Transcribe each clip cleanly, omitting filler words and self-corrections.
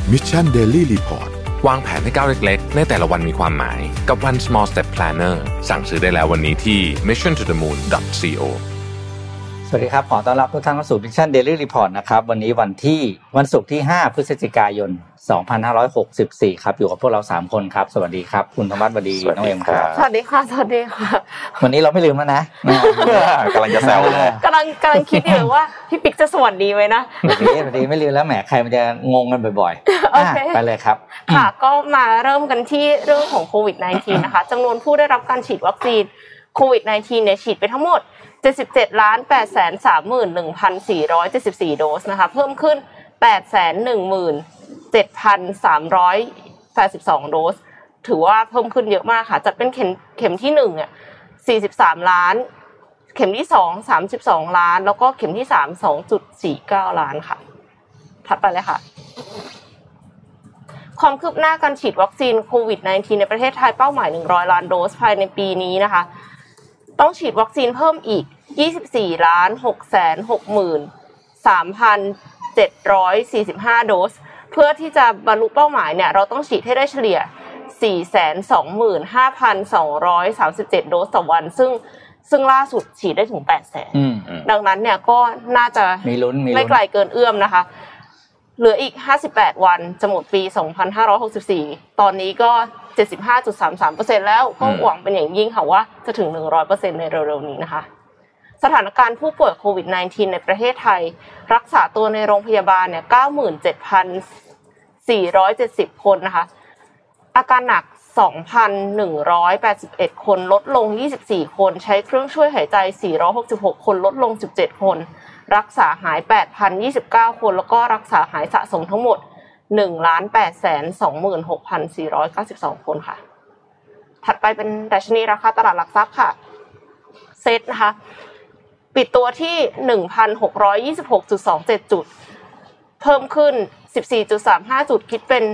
Mission Daily Report วางแผนให้ก้าวเล็กๆในแต่ละวันมีความหมายกับ One Small Step Planner สั่งซื้อได้แล้ววันนี้ที่ missiontothemoon.co สวัสดีครับขอต้อนรับทุกท่านเข้าสู่ Mission Daily Report นะครับวันนี้วันศุกร์ที่5พฤศจิกายน2564ครับอยู่กับพวกเรา3คนครับสวัสดีครับคุณธวัชวดีน้องเอ็มครับสวัสดีค่ะวันนี้เราไม่ลืมแล้วนะกำลังจะแซวเลยกำลังคิดอยู่ว่าพี่ปิ๊กจะสวัสดีไหมนะพอดีไม่ลืมแล้วแหมใครมันจะงงกันบ่อยๆไปเลยครับค่ะก็มาเริ่มกันที่เรื่องของโควิด -19 นะคะจำนวนผู้ได้รับการฉีดวัคซีนโควิด -19 เนี่ยฉีดไปทั้งหมด77,831,474 โดสนะคะเพิ่มขึ้น 817,382 โดสถือว่าเพิ่มขึ้นเยอะมากค่ะจัดเป็นเข็มที่1อ่ะ43ล้านเข็มที่2 32ล้านแล้วก็เข็มที่3 2.49 ล้านค่ะถัดไปเลยค่ะความคืบหน้าการฉีดวัคซีนโควิด -19 ในประเทศไทยเป้าหมาย100ล้านโดสภายในปีนี้นะคะต้องฉีดวัคซีนเพิ่มอีก24,663,3,745 โดสเพื่อที่จะบรรลุเป้าหมายเนี่ยเราต้องฉีดให้ได้เฉลี่ย 425,237 โดสต่อวันซึ่งล่าสุดฉีดได้ถึง 800,000 ดังนั้นเนี่ยก็น่าจะไม่ไกลเกินเอื้อมนะคะเหลืออีก58วันจะหมดปี2564ตอนนี้ก็ 75.33% แล้วก็หวังเป็นอย่างยิ่งค่ะว่าจะถึง 100% ในเร็วๆนี้นะคะสถานการณ์ผู้ป่วยโควิด -19 ในประเทศไทยรักษาตัวในโรงพยาบาลเนี่ย 97,470 คนนะคะอาการหนัก 2,181 คนลดลง24คนใช้เครื่องช่วยหายใจ466คนลดลง17คนรักษาหาย 8,029 คนแล้วก็รักษาหายสะสมทั้งหมด 1,826,492 คนค่ะถัดไปเป็นดัชนีราคาตลาดหลักทรัพย์ค่ะเซ็ตนะคะปิดตัวที่ 1,626.27 จุดเพิ่มขึ้น 14.35 จุดคิดเป็น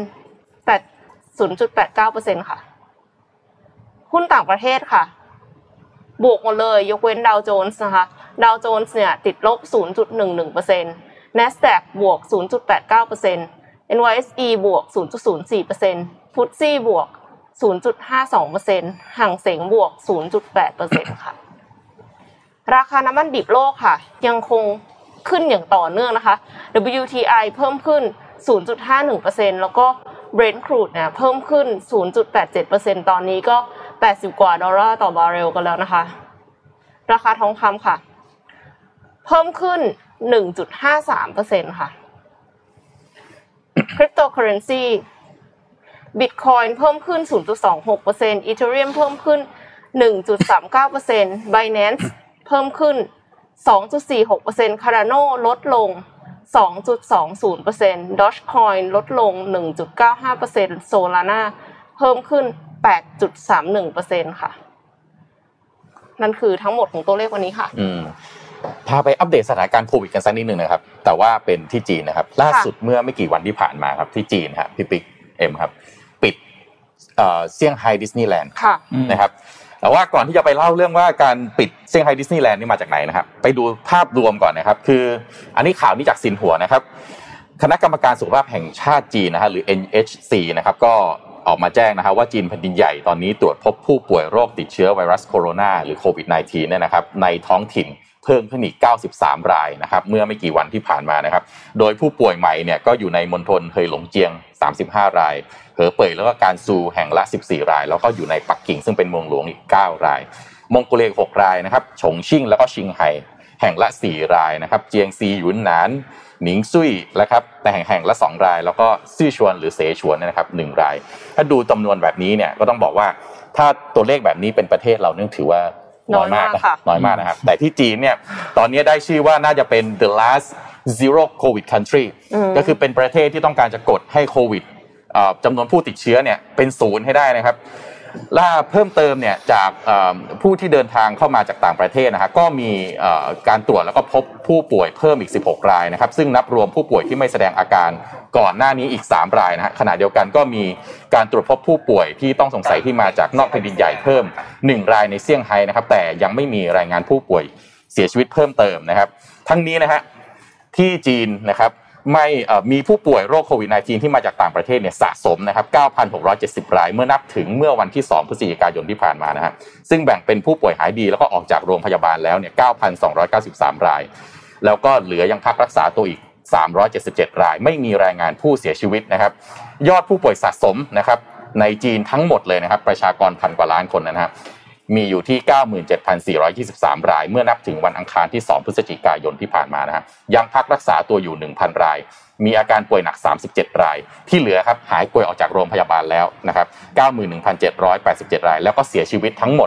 0.89% ค่ะหุ้นต่างประเทศค่ะบวกหมดเลยยกเว้นดาวโจนส์นะคะดาวโจนส์เนี่ยติดลบ 0.11% NASDAQ บวก 0.89% NYSE บวก 0.04% FTSE บวก 0.52% หังเส็งบวก 0.8% ค่ะราคาน้ำมันดิบโลกค่ะยังคงขึ้นอย่างต่อเนื่องนะคะ WTI เพิ่มขึ้น 0.51% แล้วก็ Brent crude เนี่ยเพิ่มขึ้น 0.87% ตอนนี้ก็80กว่าดอลลาร์ต่อบาร์เรลกันแล้วนะคะราคาทองคำค่ะเพิ่มขึ้น 1.53% ค่ะ Cryptocurrency Bitcoin เพิ่มขึ้น 0.26% Ethereum เพิ่มขึ้น 1.39% Binance เพิ่มขึ้น 2.46% Cardano ลดลง 2.20% Dogecoin ลดลง 1.95% Solana เพิ่มขึ้น 8.31% ค่ะนั่นคือทั้งหมดของตัวเลขวันนี้ค่ะพาไปอัปเดตสถานการณ์โควิดกันสักนิดนึงนะครับแต่ว่าเป็นที่จีนนะครับล่าสุดเมื่อไม่กี่วันที่ผ่านมาครับที่จีนครับพี่ปิ๊กเอ็มครับปิดเซี่ยงไฮ้ดิสนีย์แลนด์นะครับแต่ว่าก่อนที่จะไปเล่าเรื่องว่าการปิดเซี่ยงไฮ้ดิสนีย์แลนด์นี่มาจากไหนนะครับไปดูภาพรวมก่อนนะครับคืออันนี้ข่าวนี้จากซินหัวนะครับคณะกรรมการสุขภาพแห่งชาติจีนนะฮะหรือ NHC นะครับก็ออกมาแจ้งนะครับว่าจีนแผ่นดินใหญ่ตอนนี้ตรวจพบผู้ป่วยโรคติดเชื้อไวรัสโคโรนาหรือโควิด -19 เนี่ยนะครับในท้องถิ่นเพิ่มขึ้นอีก93รายนะครับเมื่อไม่กี่วันที่ผ่านมานะครับโดยผู้ป่วยใหม่เนี่ยก็อยู่ในมณฑลเฮยหลงเจียง35รายเหอเป่ยแล้วก็การซูแห่งละ14รายแล้วก็อยู่ในปักกิ่งซึ่งเป็นเมืองหลวงอีก9รายมองโกเลีย6รายนะครับฉงชิ่งแล้วก็ชิงไห่แห่งละ4รายนะครับเจียงซีหยุนหนานหนิงซุยนะครับแต่แห่งละ2รายแล้วก็ซื่อชวนหรือเสฉวนนะครับ1รายถ้าดูจำนวนแบบนี้เนี่ยก็ต้องบอกว่าถ้าตัวเลขแบบนี้เป็นประเทศเราเนี่ยถือว่าน้อยมากนะครับแต่ที่จีนเนี่ยตอนนี้ได้ชื่อว่าน่าจะเป็น the last zero covid country ก็คือเป็นประเทศที่ต้องการจะกดให้โควิดจำนวนผู้ติดเชื้อเนี่ยเป็น0ให้ได้นะครับ ล่าเพิ่มเติมเนี่ยจากผู้ที่เดินทางเข้ามาจากต่างประเทศนะฮะก็มีการตรวจแล้วก็พบผู้ป่วยเพิ่มอีก16รายนะครับซึ่งนับรวมผู้ป่วยที่ไม่แสดงอาการก่อนหน้านี้อีก3รายนะฮะขณะเดียวกันก็มีการตรวจพบผู้ป่วยที่ต้องสงสัยที่มาจากนอกแผ่นดินใหญ่เพิ่ม1รายในเซี่ยงไฮ้นะครับแต่ยังไม่มีรายงานผู้ป่วยเสียชีวิตเพิ่มเติมนะครับทั้งนี้นะฮะที่จีนนะครับไม่มีผู้ป่วยโรคโควิด -19 ที่มาจากต่างประเทศเนี่ยสะสมนะครับ 9,670 รายเมื่อนับถึงเมื่อวันที่2พฤศจิกายนที่ผ่านมานะฮะซึ่งแบ่งเป็นผู้ป่วยหายดีแล้วก็ออกจากโรงพยาบาลแล้วเนี่ย 9,293 รายแล้วก็เหลือยังพักรักษาตัวอีก377 รายไม่มีรายงานผู้เสียชีวิตนะครับยอดผู้ป่วยสะสมนะครับในจีนทั้งหมดเลยนะครับประชากร1,000 กว่าล้านคนนะครับมีอยู่ที่ 97,423 รายเมื่อนับถึงวันอังคารที่2พฤศจิกายนที่ผ่านมานะครับยังพักรักษาตัวอยู่ 1,000 รายมีอาการป่วยหนัก37 รายที่เหลือครับหายป่วยออกจากโรงพยาบาลแล้วนะครับ 91,787 รายแล้วก็เสียชีวิตทั้งหมด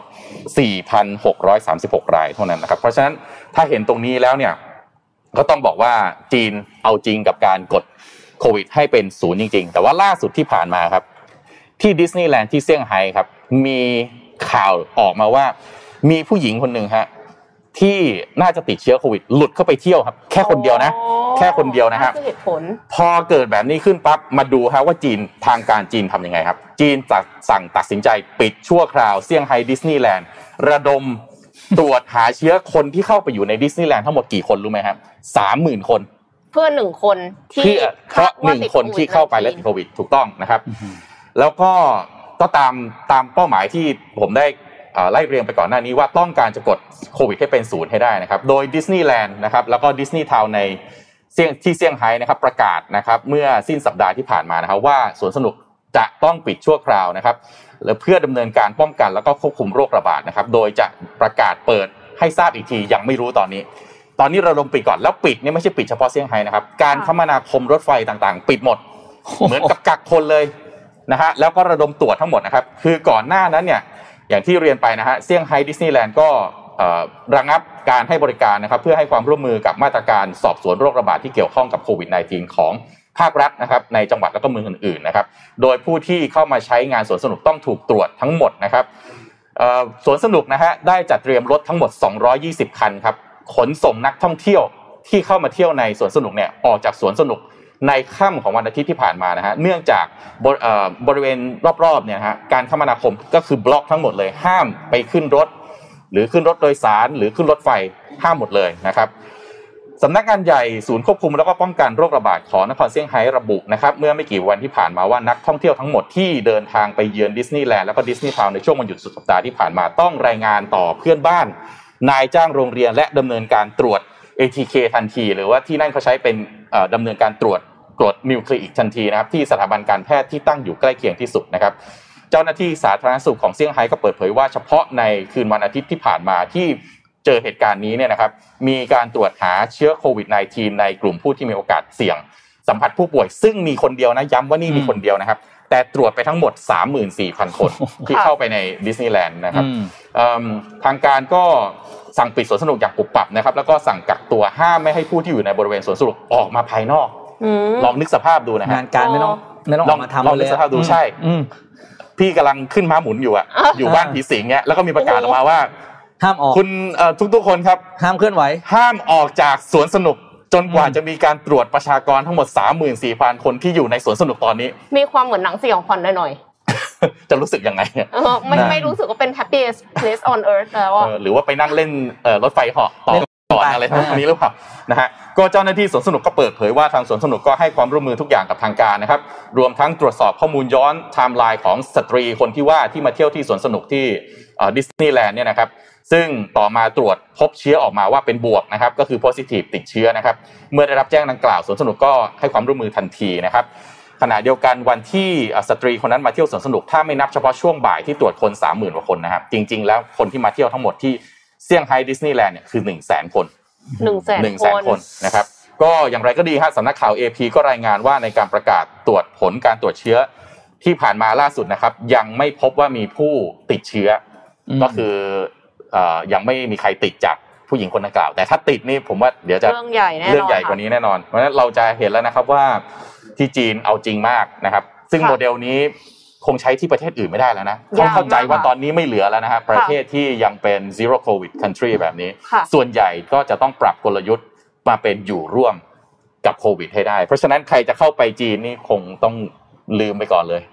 4,636 รายเท่านั้นนะครับเพราะฉะนั้นถ้าเห็นตรงนี้แล้วเนี่ยก็ต้องบอกว่าจีนเอาจริงกับการกดโควิดให้เป็นศูนย์จริงๆแต่ว่าล่าสุดที่ผ่านมาครับที่ดิสนีย์แลนด์ที่เซี่ยงไฮ้ครับมีข่าวออกมาว่ามีผู้หญิงคนหนึ่งฮะที่น่าจะติดเชื้อโควิดหลุดเข้าไปเที่ยวครับแค่คนเดียวนะแค่คนเดียวนะครับพอเกิดแบบนี้ขึ้นปั๊บมาดูฮะว่าจีนทางการจีนทำยังไงครับจีนสั่งตัดสินใจปิดชั่วคราวเซี่ยงไฮ้ดิสนีย์แลนด์ระดมตรวจหาเชื้อคนที่เข้าไปอยู่ในดิสนีย์แลนด์ทั้งหมดกี่คนรู้ไหมครับ 30,000 คนเพื่อ1คนที่เพราะ1คนที่เข้าไปแล้วติดโควิดถูกต้องนะครับแล้วก็ตามเป้าหมายที่ผมได้ไล่เรียงไปก่อนหน้านี้ว่าต้องการจะกดโควิดให้เป็นศูนย์ให้ได้นะครับโดยดิสนีย์แลนด์นะครับแล้วก็ดิสนีย์ทาวน์ในเซี่ยงไฮ้นะครับประกาศนะครับเมื่อสิ้นสัปดาห์ที่ผ่านมานะครับว่าสวนสนุกจะต้องปิดชั่วคราวนะครับและเพื่อดำเนินการป้องกันแล้วก็ควบคุมโรคระบาดนะครับโดยจะประกาศเปิดให้ทราบอีกทียังไม่รู้ตอนนี้ระดมปิดก่อนแล้วปิดเนี่ยไม่ใช่ปิดเฉพาะเซี่ยงไฮ้นะครับการคมนาคมรถไฟต่างๆปิดหมดเหมือนกับกักคนเลยนะฮะแล้วก็ระดมตรวจทั้งหมดนะครับคือก่อนหน้านั้นเนี่ยอย่างที่เรียนไปนะฮะเซี่ยงไฮ้ดิสนีย์แลนด์ก็ระงับการให้บริการนะครับเพื่อให้ความร่วมมือกับมาตรการสอบสวนโรคระบาดที่เกี่ยวข้องกับโควิด -19 ของภาครัฐนะครับในจังหวัดและก็เมืองอื่นๆนะครับโดยผู้ที่เข้ามาใช้งานสวนสนุกต้องถูกตรวจทั้งหมดนะครับสวนสนุกนะฮะได้จัดเตรียมรถทั้งหมด220คันครับขนส่งนักท่องเที่ยวที่เข้ามาเที่ยวในสวนสนุกเนี่ยออกจากสวนสนุกในค่ำของวันอาทิตย์ที่ผ่านมานะฮะเนื่องจากบริเวณรอบๆเนี่ยฮะการคมนาคมก็คือบล็อกทั้งหมดเลยห้ามไปขึ้นรถหรือขึ้นรถโดยสารหรือขึ้นรถไฟห้ามหมดเลยนะครับสำนักงานใหญ่ศูนย์ควบคุมแล้วก็ป้องกันโรคระบาดของนครเซี่ยงไฮ้ระบุนะครับเมื่อไม่กี่วันที่ผ่านมาว่านักท่องเที่ยวทั้งหมดที่เดินทางไปเยือนดิสนีย์แลนด์แล้วก็ดิสนีย์ทาวน์ในช่วงวันหยุดสุดสัปดาห์ที่ผ่านมาต้องรายงานต่อเพื่อนบ้านนายจ้างโรงเรียนและดำเนินการตรวจ ATK ทันทีหรือว่าที่นั่นเขาใช้เป็นดำเนินการตรวจกรดนิวคลีอิกทันทีนะครับที่สถาบันการแพทย์ที่ตั้งอยู่ใกล้เคียงที่สุดนะครับเจ้าหน้าที่สาธารณสุขของเซี่ยงไฮ้ก็เปิดเผยว่าเฉพาะในคืนวันอาทิตย์ที่ผ่านมาที่เจอเหตุการณ์นี้เนี่ยนะครับมีการตรวจหาเชื้อโควิด -19 ในกลุ่มผู้ที่มีโอกาสเสี่ยงสัมผัสผู้ป่วยซึ่งมีคนเดียวนะย้ำว่านี่มีคนเดียวนะครับแต่ตรวจไปทั้งหมด 34,000 คนที่เข้าไปในดิสนีย์แลนด์นะครับทางการก็สั่งปิดสวนสนุกอย่างปุบปับนะครับแล้วก็สั่งกักตัวห้ามไม่ให้ผู้ที่อยู่ในบริเวณสวนสนุกออกมาภายนอกลองนึกสภาพดูนะฮะงานการไม่ต้องออกมาทำเลยลองนึกสภาพดูใช่พี่กำลังขึ้นม้าหมุนอยู่อ่ะอยู่บ้านผีสิงเงี้ยแล้วก็มีประกาศออกมาว่าห้ามออกคุณทุกๆคนครับห้ามเคลื่อนไหวห้ามออกจากสวนสนุกจนกว่าจะมีการตรวจประชากรทั้งหมด 34,000 คนที่อยู่ในสวนสนุกตอนนี้มีความเหมือนหนังสยองขวัญหน่อยๆจะรู้สึกยังไงไม่รู้สึกว่าเป็น happiest place on earth แล้วหรือว่าไปนั่งเล่นรถไฟเหาะต่ออะไรทั้งนี้หรือเปล่านะฮะก็เจ้าหน้าที่สวนสนุกก็เปิดเผยว่าทางสวนสนุกก็ให้ความร่วมมือทุกอย่างกับทางการนะครับรวมทั้งตรวจสอบข้อมูลย้อนไทม์ไลน์ของสตรีคนที่ว่าที่มาเที่ยวที่สวนสนุกที่ดิสนีย์แลนด์เนี่ยนะครับซึ่งต่อมาตรวจพบเชื้อออกมาว่าเป็นบวกนะครับก็คือ positive ติดเชื้อนะครับเมื่อได้รับแจ้งดังกล่าวสวนสนุกก็ให้ความร่วมมือทันทีนะครับขณะเดียวกันวันที่สตรีคนนั้นมาเที่ยวสวนสนุกถ้าไม่นับเฉพาะช่วงบ่ายที่ตรวจคน 30,000 กว่าคนนะครับจริงๆแล้วคนที่มาเที่ยวทั้งหมดที่เซี่ยงไฮ้ดิสนีย์แลนด์เนี่ยคือ 100,000 คน100,000 คนนะครับก็อย่างไรก็ดีฮะสำนักข่าว AP ก็รายงานว่าในการประกาศตรวจผลการตรวจเชื้อที่ผ่านมาล่าสุดนะครับยังไม่พบว่ามีผู้ติดเชื้อก็คือยังไม่มีใครติดจากผู้หญิงคนดังกล่าวแต่ถ้าติดนี่ผมว่าเดี๋ยวจะเรื่องใหญ่กว่านี้แน่นอนเพราะฉะนั้นเราจะเห็นแล้วนะครับว่าที่จีนเอาจริงมากนะครับซึ่งโมเดลนี้คงใช้ที่ประเทศอื่นไม่ได้แล้วนะต้องเข้าใจว่าตอนนี้ไม่เหลือแล้วนะครับประเทศที่ยังเป็น zero covid country แบบนี้ส่วนใหญ่ก็จะต้องปรับกลยุทธ์มาเป็นอยู่ร่วมกับโควิดให้ได้เพราะฉะนั้นใครจะเข้าไปจีนนี่คงต้องลืมไปก่อนเลย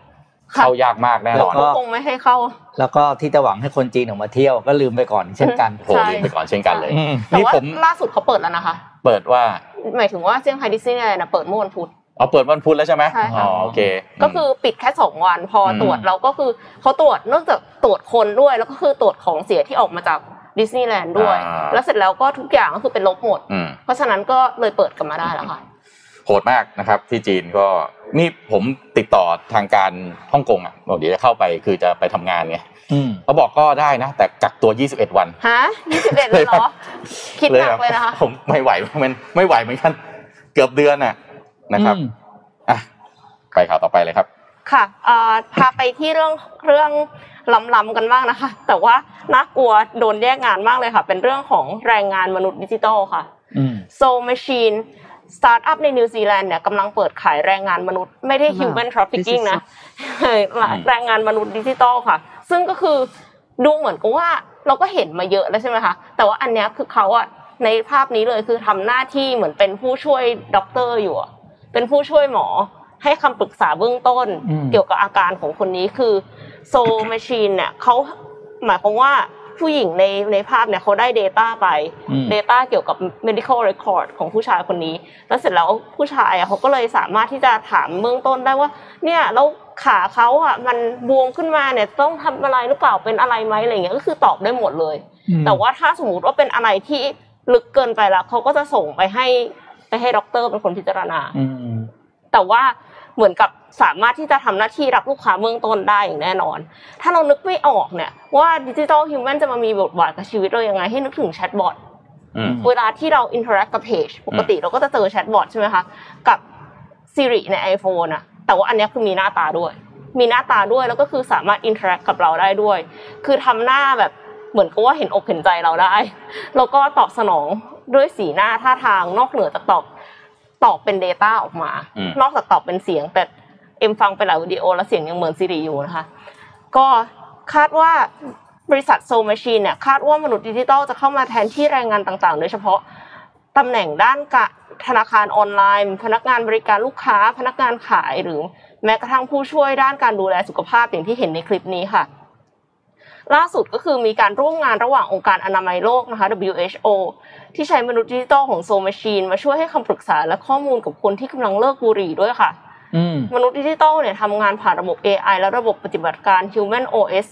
เข้ายากมากแน่นอนก็คงไม่ให้เข้าแล้วก็ที่จะหวังให้คนจีนออกมาเที่ยวก็ลืมไปก่อนเช่นกันโหลืมไปก่อนเช่นกันเลยนี่ผมล่าสุดเขาเปิดแล้วนะคะเปิดว่าหมายถึงว่าเซี่ยงไฮ้ดิสนีย์แลนด์เปิดเมื่อวันพุธเปิดวันพุธแล้วใช่ไหมอ๋อโอเคก็คือปิดแค่2วันพอตรวจเราก็คือเขาตรวจนอกจากตรวจคนด้วยแล้วก็คือตรวจของเสียที่ออกมาจากดิสนีย์แลนด์ด้วยแล้วเสร็จแล้วก็ทุกอย่างก็คือเป็นลบหมดเพราะฉะนั้นก็เลยเปิดกันมาได้แล้วค่ะโหดมากนะครับที่จีนก็นี่ผมติดต่อทางการฮ่องกงอ่ะบอกเดี๋ยวจะเข้าไปคือจะไปทำงานไงเขาบอกก็ได้นะแต่กักตัว21วันฮะ21เลยเหรอคิดหนักเลยนะคะผมไม่ไหวมันไม่ไหวเหมือนกันเกือบเดือนน่ะนะครับไปข่าวต่อไปเลยครับค่ะพาไปที่เรื่องล้ำๆกันบ้างนะคะแต่ว่าน่ากลัวโดนแยกงานมากเลยค่ะเป็นเรื่องของแรงงานมนุษย์ดิจิทัลค่ะSoul Machine สตาร์ทอัพในนิวซีแลนด์เนี่ยกำลังเปิดขายแรงงานมนุษย์ไม่ได้ human trafficking นะแรงงานมนุษย์ดิจิทัลค่ะซึ่งก็คือดูเหมือนกับว่าเราก็เห็นมาเยอะแล้วใช่ไหมคะแต่ว่าอันเนี้ยคือเขาอะในภาพนี้เลยคือทำหน้าที่เหมือนเป็นผู้ช่วยด็อกเตอร์อยู่เป็นผู้ช่วยหมอให้คำปรึกษาเบื้องต้นเกี่ยวกับอาการของคนนี้คือ Soul Machine เนี่ยเขาหมายความว่าผู้หญิงในภาพเนี่ยเขาได้ data ไป data เกี่ยวกับ medical record ของผู้ชายคนนี้แล้วเสร็จแล้วผู้ชายเขาก็เลยสามารถที่จะถามเบื้องต้นได้ว่าเนี่ยแล้วขาเขาอ่ะมันบวมขึ้นมาเนี่ยต้องทำอะไรหรือเปล่าเป็นอะไรไหมอะไรอย่างเงี้ยก็คือตอบได้หมดเลยแต่ว่าถ้าสมมติว่าเป็นอะไรที่ลึกเกินไปแล้วเขาก็จะส่งไปให้ด็อกเตอร์เป็นคนพิจารณาแต่ว่าเหมือนกับสามารถที่จะทำหน้าที่รับลูกค้าเบื้องต้นได้อย่างแน่นอนถ้าเรานึกไม่ออกเนี่ยว่าดิจิทัลฮิวแมนจะมามีบทบาทกับชีวิตเรายังไงให้นึกถึงแชทบอทเวลาที่เราอินเทอร์แอคกับเพจปกติเราก็จะเจอแชทบอทใช่ไหมคะกับ Siri ใน iPhone นะแต่ว่าอันนี้คือมีหน้าตาด้วยแล้วก็คือสามารถอินเทอร์แอคกับเราได้ด้วยคือทำหน้าแบบเหมือนกับว่าเห็นอกเห็นใจเราได้แล้วก็ตอบสนองด้วยสีหน้าท่าทางนอกเหนือจากตอบเป็น data ออกมานอกจากตอบเป็นเสียงแต่เอ็มฟังไปหลายวิดีโอแล้วเสียงยังเหมือน Siri อยู่นะคะก็คาดว่าบริษัท Soul Machine เนี่ยคาดว่ามนุษย์ดิจิทัลจะเข้ามาแทนที่แรงงานต่างๆโดยเฉพาะตำแหน่งด้านธนาคารออนไลน์พนักงานบริการลูกค้าพนักงานขายหรือแม้กระทั่งผู้ช่วยด้านการดูแลสุขภาพอย่างที่เห็นในคลิปนี้ค่ะล่าสุดก็คือมีการร่วมงานระหว่างองค์การอนามัยโลกนะคะ WHO ที่ใช้มนุษย์ดิจิทัลของ Soul Machine มาช่วยให้คำปรึกษาและข้อมูลกับคนที่กำลังเลิกบุหรี่ด้วยค่ะมนุษย์ดิจิทัลเนี่ยทำงานผ่านระบบ AI และระบบปฏิบัติการ Human OS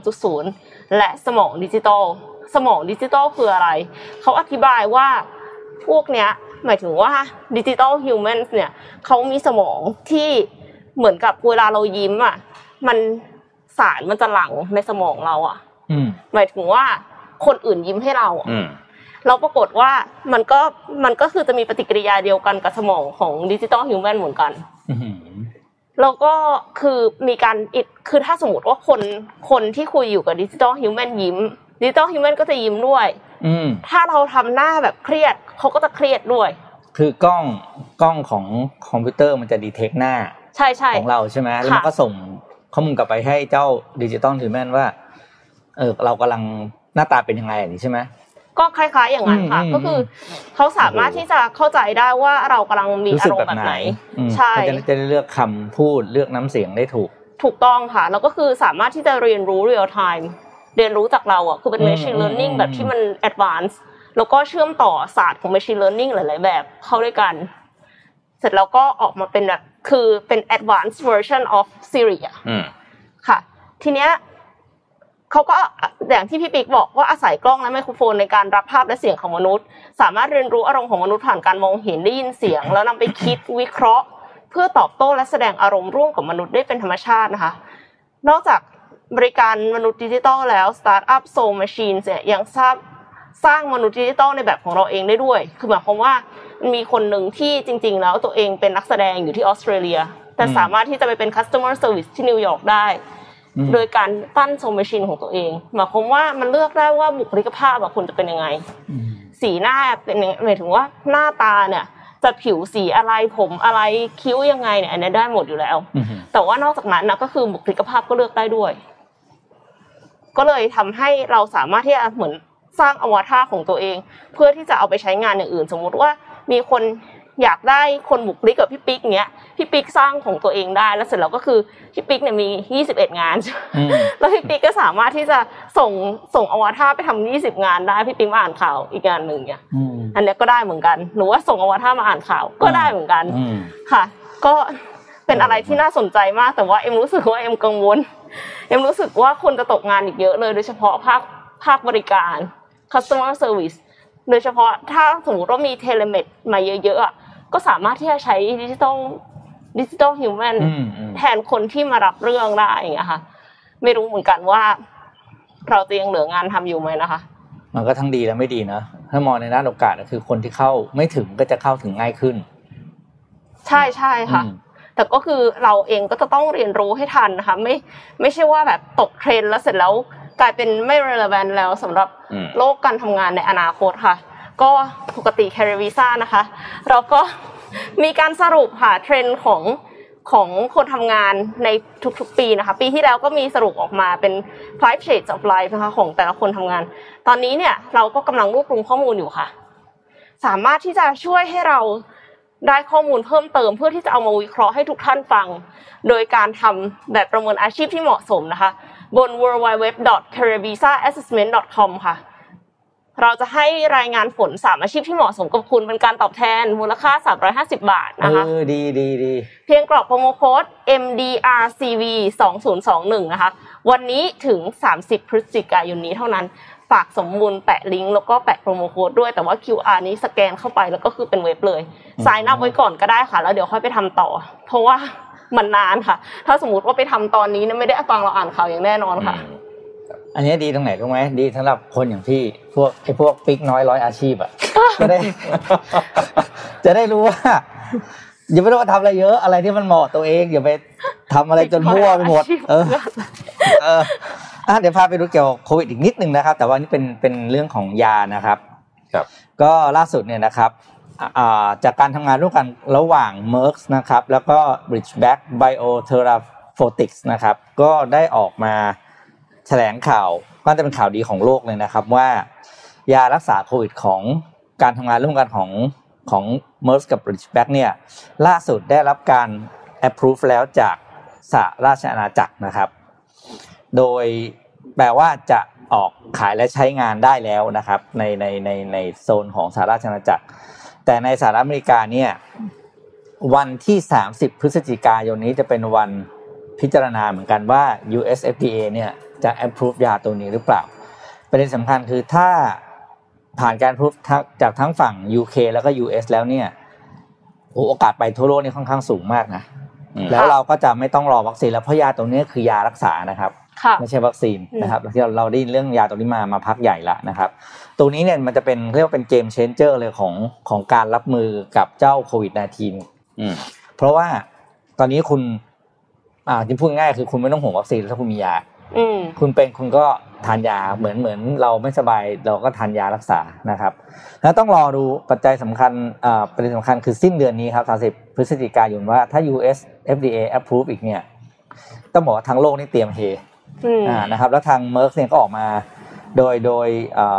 2.0 และสมองดิจิทัลคืออะไรเขาอธิบายว่าพวกเนี้ยหมายถึงว่าดิจิทัลฮิวแมนเนี่ยเขามีสมองที่เหมือนกับเวลาเรายิ้มอ่ะมันสารมันจะหลั่งในสมองเราอ่ะหมายถึงว่าคนอื่นยิ้มให้เราเราปรากฏว่ามันก็คือจะมีปฏิกิริยาเดียวกันกับสมองของดิจิทัลฮิวแมนเหมือนกันแล้วก็คือมีการคือถ้าสมมติว่าคนที่คุยอยู่กับดิจิทัลฮิวแมนยิ้มดิจิทัลฮิวแมนก็จะยิ้มด้วยถ้าเราทำหน้าแบบเครียดเขาก็จะเครียดด้วยคือกล้องของคอมพิวเตอร์มันจะดีเทคหน้าใช่ของเราใช่ไหมแล้วมันก็ส่งข้อมูลกลับไปให้เจ้าดิจิทัลฮิวแมนว่าเรากำลังหน้าตาเป็นยังไงอย่างนี้ใช่ไหมก็คล้ายๆอย่างนั้นค่ะก็คือเขาสามารถที่จะเข้าใจได้ว่าเรากำลังมีอารมณ์แบบไหนใช่จะได้เลือกคำพูดเลือกน้ำเสียงได้ถูกต้องค่ะแล้วก็คือสามารถที่จะเรียนรู้ real time เรียนรู้จากเราอ่ะคือเป็น machine learning แบบที่มัน advanced แล้วก็เชื่อมต่อศาสตร์ของ machine learning หลายๆแบบเข้าด้วยกันเสร็จแล้วก็ออกมาเป็นแบบคือเป็น advanced version of Siri อ่ะค่ะทีเนี้ยเขาก็อย่างที่พี่ปิ๊กบอกว่าอาศัยกล้องและไมโครโฟนในการรับภาพและเสียงของมนุษย์สามารถเรียนรู้อารมณ์ของมนุษย์ผ่านการมองเห็นได้ยินเสียงแล้วนำไปคิดวิเคราะห์เพื่อตอบโต้และแสดงอารมณ์ร่วมกับมนุษย์ได้เป็นธรรมชาตินะคะนอกจากบริการมนุษย์ดิจิทัลแล้วสตาร์ทอัพ Soul Machine เนี่ยยังสร้างมนุษย์ดิจิทัลในแบบของเราเองได้ด้วยคือหมายความว่ามีคนหนึ่งที่จริงๆแล้วตัวเองเป็นนักแสดงอยู่ที่ออสเตรเลียแต่สามารถที่จะไปเป็น customer service ที่นิวยอร์กได้โดยการปั้น Soul Machine ของตัวเองหมายความว่ามันเลือกได้ว่าบุคลิกภาพคุณจะเป็นยังไงสีหน้าเป็นหมายถึงว่าหน้าตาเนี่ยจะผิวสีอะไรผมอะไรคิ้วยังไงเนี่ยอันนี้ได้หมดอยู่แล้วแต่ว่านอกจากนั้นนะก็คือบุคลิกภาพก็เลือกได้ด้วยก็เลยทำให้เราสามารถที่จะเหมือนสร้างอวตารของตัวเองเพื่อที่จะเอาไปใช้งานอย่างอื่นสมมุติว่ามีคนอยากได้คนบุคลิกกับพี่ปิ๊กเงี้ยพี่ปิ๊กสร้างของตัวเองได้แล้วเสร็จแล้วก็คือพี่ปิ๊กเนี่ยมี21งานแล้วพี่ปิ๊กก็สามารถที่จะส่งอวตารไปทำ20งานได้พี่ปิ๊กมาอ่านข่าวอีกงานนึงเนี่ยอันนี้ก็ได้เหมือนกันหรือว่าส่งอวตารมาอ่านข่าวก็ได้เหมือนกันค่ะก็เป็นอะไรที่น่าสนใจมากแต่ว่าเอ็มรู้สึกว่าเอ็มกังวลเอ็มรู้สึกว่าคนจะตกงานอีกเยอะเลยโดยเฉพาะภาคบริการ customer service โดยเฉพาะถ้าสมมติว่ามีเทเลเมดมาเยอะๆก็สามารถที่จะใช้ดิจิตอลฮิวแมนแทนคนที่มารับเรื่องได้อย่างเงี้ยค่ะไม่รู้เหมือนกันว่าเราจะยังเหลืองานทำอยู่ไหมนะคะมันก็ทั้งดีและไม่ดีนะถ้ามองในด้านโอกาสก็คือคนที่เข้าไม่ถึงก็จะเข้าถึงง่ายขึ้นใช่ๆค่ะแต่ก็คือเราเองก็จะต้องเรียนรู้ให้ทันนะคะไม่ใช่ว่าแบบตกเทรนด์แล้วเสร็จแล้วกลายเป็นไม่ relevant แล้วสำหรับโลกการทำงานในอนาคตค่ะก็ปกติ Career Visa นะคะเราก็มีการสรุปค่ะเทรนด์ของคนทำงานในทุกๆปีนะคะปีที่แล้วก็มีสรุปออกมาเป็น 5 shades of life นะคะของแต่ละคนทำงานตอนนี้เนี่ยเราก็กำลังรวบรวมข้อมูลอยู่ค่ะสามารถที่จะช่วยให้เราได้ข้อมูลเพิ่มเติมเพื่อที่จะเอามาวิเคราะห์ให้ทุกท่านฟังโดยการทำแบบประเมินอาชีพที่เหมาะสมนะคะบน www.careervisaassessment.com ค่ะเราจะให้รายงานผล3อาชีพที่เหมาะสมกับคุณเป็นการตอบแทนมูลค่า350บาทนะคะดีเพียงกรอกโปรโมโค้ด MDRCV 2021นะคะวันนี้ถึง30พฤศจิกายนนี้เท่านั้นฝากสมมูลแปะลิงก์แล้วก็แปะโปรโมโค้ดด้วยแต่ว่า QR นี้สแกนเข้าไปแล้วก็คือเป็นเว็บเลยsign up ไว้ก่อนก็ได้ค่ะแล้วเดี๋ยวค่อยไปทำต่อเพราะว่ามันนานค่ะถ้าสมมุติว่าไปทำตอนนี้เนี่ยไม่ได้ฟังเราอ่านข่าวอย่างแน่นอนค่ะอันนี้ดีตรงไหนรู้ไหมดีสำหรับคนอย่างพี่พวกปิ๊กน้อย100อาชีพอ่ะจะได้รู้ว่าอย่าไปทำอะไรเยอะอะไรที่มันเหมาะตัวเองอย่าไปทำอะไรจนมั่วไปหมดเดี๋ยวพาไปดูเกี่ยวกับโควิดอีกนิดนึงนะครับแต่ว่านี่เป็นเรื่องของยานะครับก็ล่าสุดเนี่ยนะครับจากการทำงานร่วมกันระหว่าง Merck นะครับแล้วก็ Ridgeback Biotherapeutics นะครับก็ได้ออกมาแถลงข่าวก็จะเป็นข่าวดีของโลกเลยนะครับว่ายารักษาโควิดของการทำงานร่วมกันของ Merck กับ Ridgeback เนี่ยล่าสุดได้รับการ approve แล้วจากสหราชอาณาจักรนะครับโดยแปลว่าจะออกขายและใช้งานได้แล้วนะครับในโซนของสหราชอาณาจักรแต่ในสหรัฐอเมริกาเนี่ยวันที่30พฤศจิกายนนี้จะเป็นวันพิจารณาเหมือนกันว่า US FDA เนี่ยจะ approve ยาตัวนี้หรือเปล่าประเด็นสำคัญคือถ้าผ่านการ approve จากทั้งฝั่ง UK แล้วก็ US แล้วเนี่ยโอกาสไปทั่วโลกนี่ค่อนข้างสูงมากนะแล้วเราก็จะไม่ต้องรอวัคซีนแล้วเพราะยาตัวนี้คือยารักษานะครับไม่ใช่วัคซีนนะครับที่เราได้เรื่องยาตัวนี้มาพักใหญ่ละนะครับตัวนี้เนี่ยมันจะเป็นเรียกว่าเป็นเกมเชนเจอร์เลยของการรับมือกับเจ้าโควิด -19 เพราะว่าตอนนี้คุณที่พูดง่ายคือคุณไม่ต้องห่วงวัคซีนถ้าคุณมียาคุณเป็นคุณก็ทานยาเหมือนเราไม่สบายเราก็ทานยารักษานะครับแล้วต้องรอดูปัจจัยสำคัญประเด็นสำคัญคือสิ้นเดือนนี้ครับ30พฤศจิกายนว่าถ้า US FDA approve อีกเนี่ยต้องบอกว่าทั้งโลกนี่เตรียมเฮนะครับแล้วทาง Merck เนี่ยก็ออกมาโดย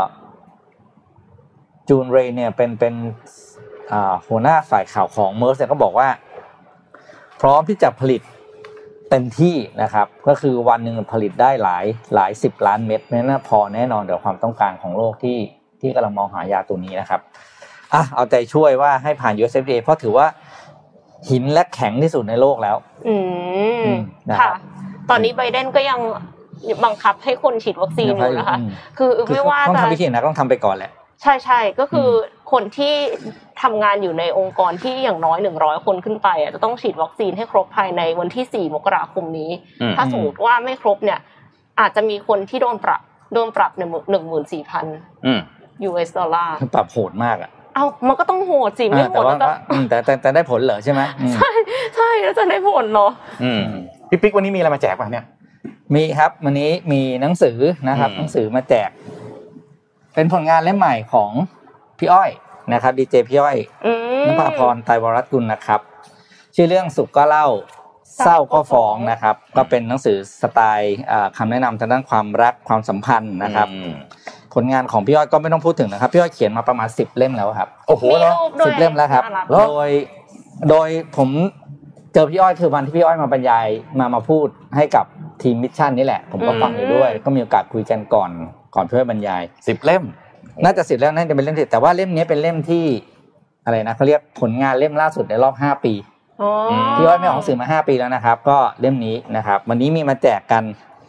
จูนเรย์เนี่ยเป็นหัวหน้าฝ่ายข่าวของ Merck เนี่ยก็บอกว่าพร้อมที่จะผลิตเต็มที่นะครับก็คือวันนึงผลิตได้หลาย10ล้านเม็ดนั่นพอแน่นอนกับความต้องการของโลกที่กำลังมองหายาตัวนี้นะครับเอาใจช่วยว่าให้ผ่าน US FDA เพราะถือว่าหินและแข็งที่สุดในโลกแล้วค่ะตอนนี้ไบเดนก็ยังบังคับให้คนฉีดวัคซีนอยู่นะคะคือไม่ว่าต้องทำวิธีนะต้องทำไปก่อนแหละใช่ๆก็คือคนที่ทำงานอยู่ในองค์กรที่อย่างน้อย100คนขึ้นไปจะต้องฉีดวัคซีนให้ครบภายในวันที่4มกราคมนี้ถ้าสมมติว่าไม่ครบเนี่ยอาจจะมีคนที่โดนปรับ14,000 US ดอลลาร์ปรับโหดมากมันก็ต้องโหดสิไม่โหดแล้วแต่ได้ผลเหรอใช่ไหมใช่แล้วจะได้ผลเนาะพี่ปิ๊กวันนี้มีอะไรมาแจกป่ะเนี่ยมีครับวันนี้มีหนังสือนะครับหนังสือมาแจกเป็นผลงานเล่มใหม่ของพี่อ้อยนะครับดีเจพี่อ้อยนภาพรไตรวรัตน์กุลนะครับชื่อเรื่องสุขก็เล่าเศร้าก็ฟ้องนะครับก็เป็นหนังสือสไตล์คำแนะนำทางด้านความรักความสัมพันธ์นะครับผลงานของพี่อ้อยก็ไม่ต้องพูดถึงนะครับพี่อ้อยเขียนมาประมาณ10เล่มแล้วครับโอ้โหเนาะ 10เล่มแล้วครับโดยผมเจอพี่อ้อยคือวันที่พี่อ้อยมาบรรยายมาพูดให้กับทีมมิชชั่นนี่แหละผมก็ฟังอยู่ด้วยก็มีโอกาสคุยกันก่อนพี่อ้อยบรรยาย 10เล่มน่าจะ10เล่มน่าจะเป็นเล่มที่แต่ว่าเล่มนี้เป็นเล่มที่อะไรนะเขาเรียกผลงานเล่มล่าสุดในรอบ5ปีพี่อ้อยไม่ออกหนังสือมา5ปีแล้วนะครับก็เล่มนี้นะครับวันนี้มีมาแจกกัน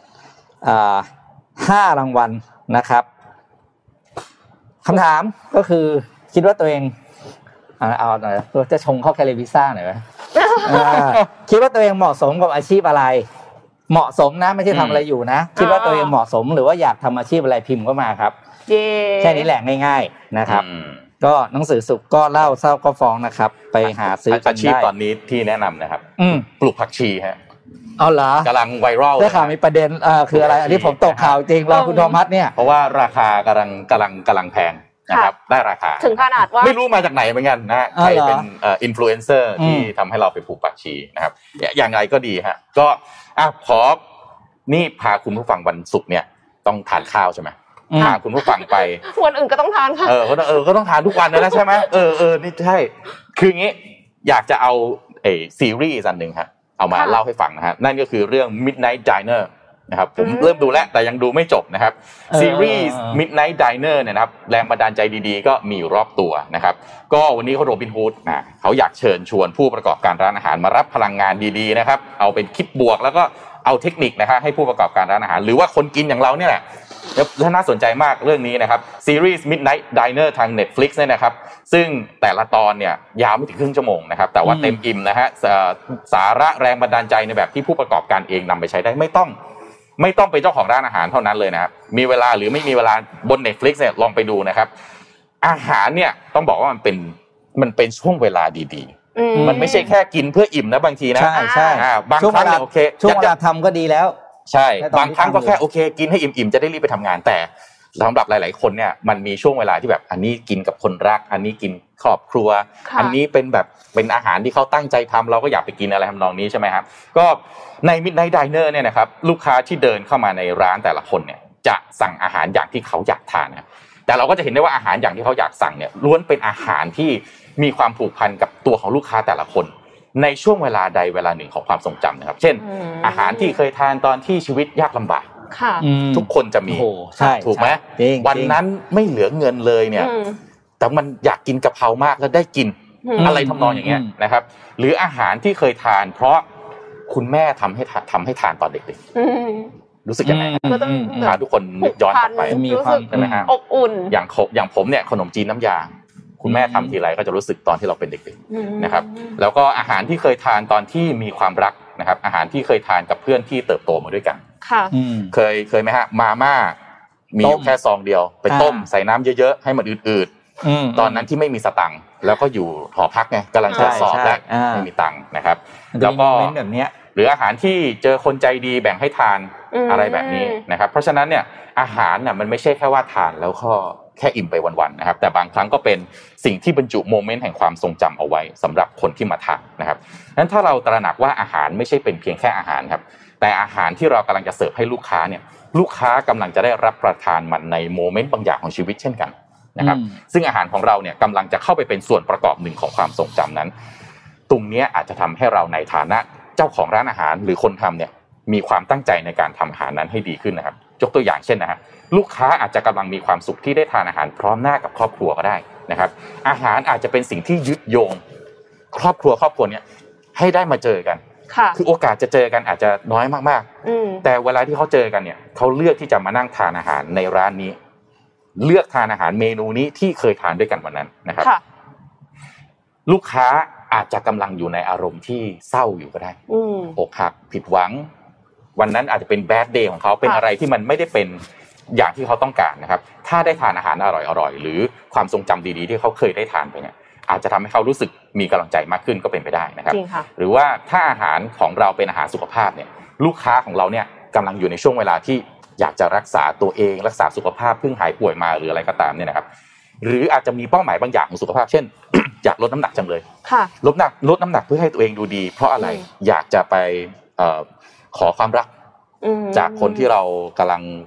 5รางวัลนะครับคำถามก็คือคิดว่าตัวเองเอาหน่อยจะชงเข้าแคลิบิซ่าหน่อยไหมคิดว่าตัวเองเหมาะสมกับอาชีพอะไรเหมาะสมนะไม่ใช่ทำอะไรอยู่นะคิดว่าตัวเองเหมาะสมหรือว่าอยากทำอาชีพอะไรพิมพ์เข้ามาครับแค่นี้แหละง่ายๆนะครับก็หนังสือสุขก็เล่าเศร้าก็ฟ้องนะครับไปหาซื้อกันได้อาชีพตอนนี้ที่แนะนำนะครับปลูกผักชีฮะเอาเหรอกำลังไวรัลได้ข่าวมีประเด็นคืออะไรอันนี้ผมตกข่าวจริงเราคุณโทมัสเนี่ยเพราะว่าราคากำลังแพงนะครับได้ราคาถึงขนาดว่าไม่รู้มาจากไหนเหมือนกันนะใครเป็นอินฟลูเอนเซอร์ที่ทำให้เราไปปลูกผักชีนะครับอย่างไรก็ดีฮะก็ขอนี่พาคุณผู้ฟังวันศุกร์เนี่ยต้องทานข้าวใช่ไหมพาคุณผู้ฟังไปวันอื่นก็ต้องทานค่ะก็ต้องทานทุกวันนะใช่ไหมนี่ใช่คืออย่างงี้อยากจะเอาซีรีส์อันนึงฮะเอามาเล่าให้ฟังนะฮะนั่นก็คือเรื่อง Midnight Diner นะครับผมเริ่มดูแล้วแต่ยังดูไม่จบนะครับซีรีส์ Midnight Diner เนี่ยนะครับแรงบันดาลใจดีๆก็มีอยู่รอบตัวนะครับก็วันนี้เขาโรบินฮูดเขาอยากเชิญชวนผู้ประกอบการร้านอาหารมารับพลังงานดีๆนะครับเอาเป็นคิดบวกแล้วก็เอาเทคนิคนะฮะให้ผู้ประกอบการร้านอาหารหรือว่าคนกินอย่างเราเนี่ยแหละและน่าสนใจมากเรื่องนี้นะครับซีรีส์ Midnight Diner ทาง Netflix เนี่ยนะครับซึ่งแต่ละตอนเนี่ยยาวไม่ถึงครึ่งชั่วโมงนะครับแต่ว่าเต็มอิ่มนะฮะสาระแรงบันดาลใจในแบบที่ผู้ประกอบการเองนำไปใช้ได้ไม่ต้องเป็นเจ้าของร้านอาหารเท่านั้นเลยนะครับมีเวลาหรือไม่มีเวลาบน Netflix เนี่ยลองไปดูนะครับอาหารเนี่ยต้องบอกว่ามันเป็นช่วงเวลาดีๆมันไม่ใช่แค่กินเพื่ออิ่มนะบางทีนะใช่บางครั้งเนี่ยโอเคช่วงเวลาทำก็ดีแล้วใช่บางครั้งก็แค่โอเคกินให้อิ่มๆจะได้รีบไปทำงานแต่สำหรับหลายๆคนเนี่ยมันมีช่วงเวลาที่แบบอันนี้กินกับคนรักอันนี้กินครอบครัวอันนี้เป็นอาหารที่เขาตั้งใจทำเราก็อยากไปกินอะไรทำนองนี้ใช่ไหมครับก็ใน Midnight Diner เนี่ยนะครับลูกค้าที่เดินเข้ามาในร้านแต่ละคนเนี่ยจะสั่งอาหารอย่างที่เขาอยากทานนะแต่เราก็จะเห็นได้ว่าอาหารอย่างที่เขาอยากสั่งเนี่ยล้วนเป็นอาหารที่มีความผูกพันกับตัวของลูกค้าแต่ละคนในช่วงเวลาใดเวลาหนึ่งของความทรงจำนะครับเช่นอาหารที่เคยทานตอนที่ชีวิตยากลำบากทุกคนจะมีถูกไหมวันนั้นไม่เหลือเงินเลยเนี่ยแต่มันอยากกินกะเพรามากแล้วได้กินอะไรทำนองอย่างเงี้ยนะครับหรืออาหารที่เคยทานเพราะคุณแม่ทำให้ทานตอนเด็กๆรู้สึกยังไงทุกคนนึกย้อนกลับไปมีความใช่ไหมฮะอบอุ่นอย่างผมเนี่ยขนมจีนน้ำยาคุณแม่ทำทีไรก็จะรู้สึกตอนที่เราเป็นเด็กๆนะครับแล้วก็อาหารที่เคยทานตอนที่มีความรักนะครับอาหารที่เคยทานกับเพื่อนที่เติบโตมาด้วยกันเคยไหมฮะมาม่ามีอยู่แค่ซองเดียวไปต้มใส่น้ำเยอะๆให้มันอืดๆตอนนั้นที่ไม่มีสตังค์แล้วก็อยู่หอพักไงกำลังจะสอบแล้วไม่มีตังค์นะครับแล้วก็แบบนี้หรืออาหารที่เจอคนใจดีแบ่งให้ทานอะไรแบบนี้นะครับเพราะฉะนั้นเนี่ยอาหารน่ะมันไม่ใช่แค่ว่าทานแล้วก็แค่อิ่มไปวันๆนะครับแต่บางครั้งก็เป็นสิ่งที่บรรจุโมเมนต์แห่งความทรงจำเอาไว้สำหรับคนที่มาทานนะครับงั้นถ้าเราตระหนักว่าอาหารไม่ใช่เป็นเพียงแค่อาหารครับแต่อาหารที่เรากำลังจะเสิร์ฟให้ลูกค้าเนี่ยลูกค้ากำลังจะได้รับประทานมันในโมเมนต์บางอย่างของชีวิตเช่นกันนะครับซึ่งอาหารของเราเนี่ยกำลังจะเข้าไปเป็นส่วนประกอบหนึ่งของความทรงจำนั้นตรงนี้อาจจะทำให้เราในฐานะเจ้าของร้านอาหารหรือคนทำเนี่ยมีความตั้งใจในการทำอาหารนั้นให้ดีขึ้นนะครับยกตัวอย่างเช่นนะฮะลูกค้าอาจจะกำลังมีความสุขที่ได้ทานอาหารพร้อมหน้ากับครอบครัวก็ได้นะครับอาหารอาจจะเป็นสิ่งที่ยึดโยงครอบครัวเนี่ยให้ได้มาเจอกันคือโอกาสจะเจอกันอาจจะน้อยมากๆแต่เวลาที่เขาเจอกันเนี่ยเขาเลือกที่จะมานั่งทานอาหารในร้านนี้เลือกทานอาหารเมนูนี้ที่เคยทานด้วยกันวันนั้นนะครับลูกค้าอาจจะกำลังอยู่ในอารมณ์ที่เศร้าอยู่ก็ได้อกหักผิดหวังวันนั้นอาจจะเป็นแบดเดย์ของเขาเป็นอะไรที่มันไม่ได้เป็นอย่างที่เขาต้องการนะครับถ้าได้ทานอาหารอร่อยๆหรือความทรงจำดีๆที่เขาเคยได้ทานไปเนี่ยอาจจะทำให้เขารู้สึกมีกำลังใจมากขึ้นก็เป็นไปได้นะครับหรือว่าถ้าอาหารของเราเป็นอาหารสุขภาพเนี่ยลูกค้าของเราเนี่ยกำลังอยู่ในช่วงเวลาที่อยากจะรักษาตัวเองรักษาสุขภาพเพิ่งหายป่วยมาหรืออะไรก็ตามเนี่ยนะครับหรืออาจจะมีเป้าหมายบางอย่างของสุขภาพเช่น อยากลดน้ำหนักจังเลยลดน้ำหนักเพื่อให้ตัวเองดูดีเพราะอะไรอยากจะไปขอความรักจากคนที่เรากำลัง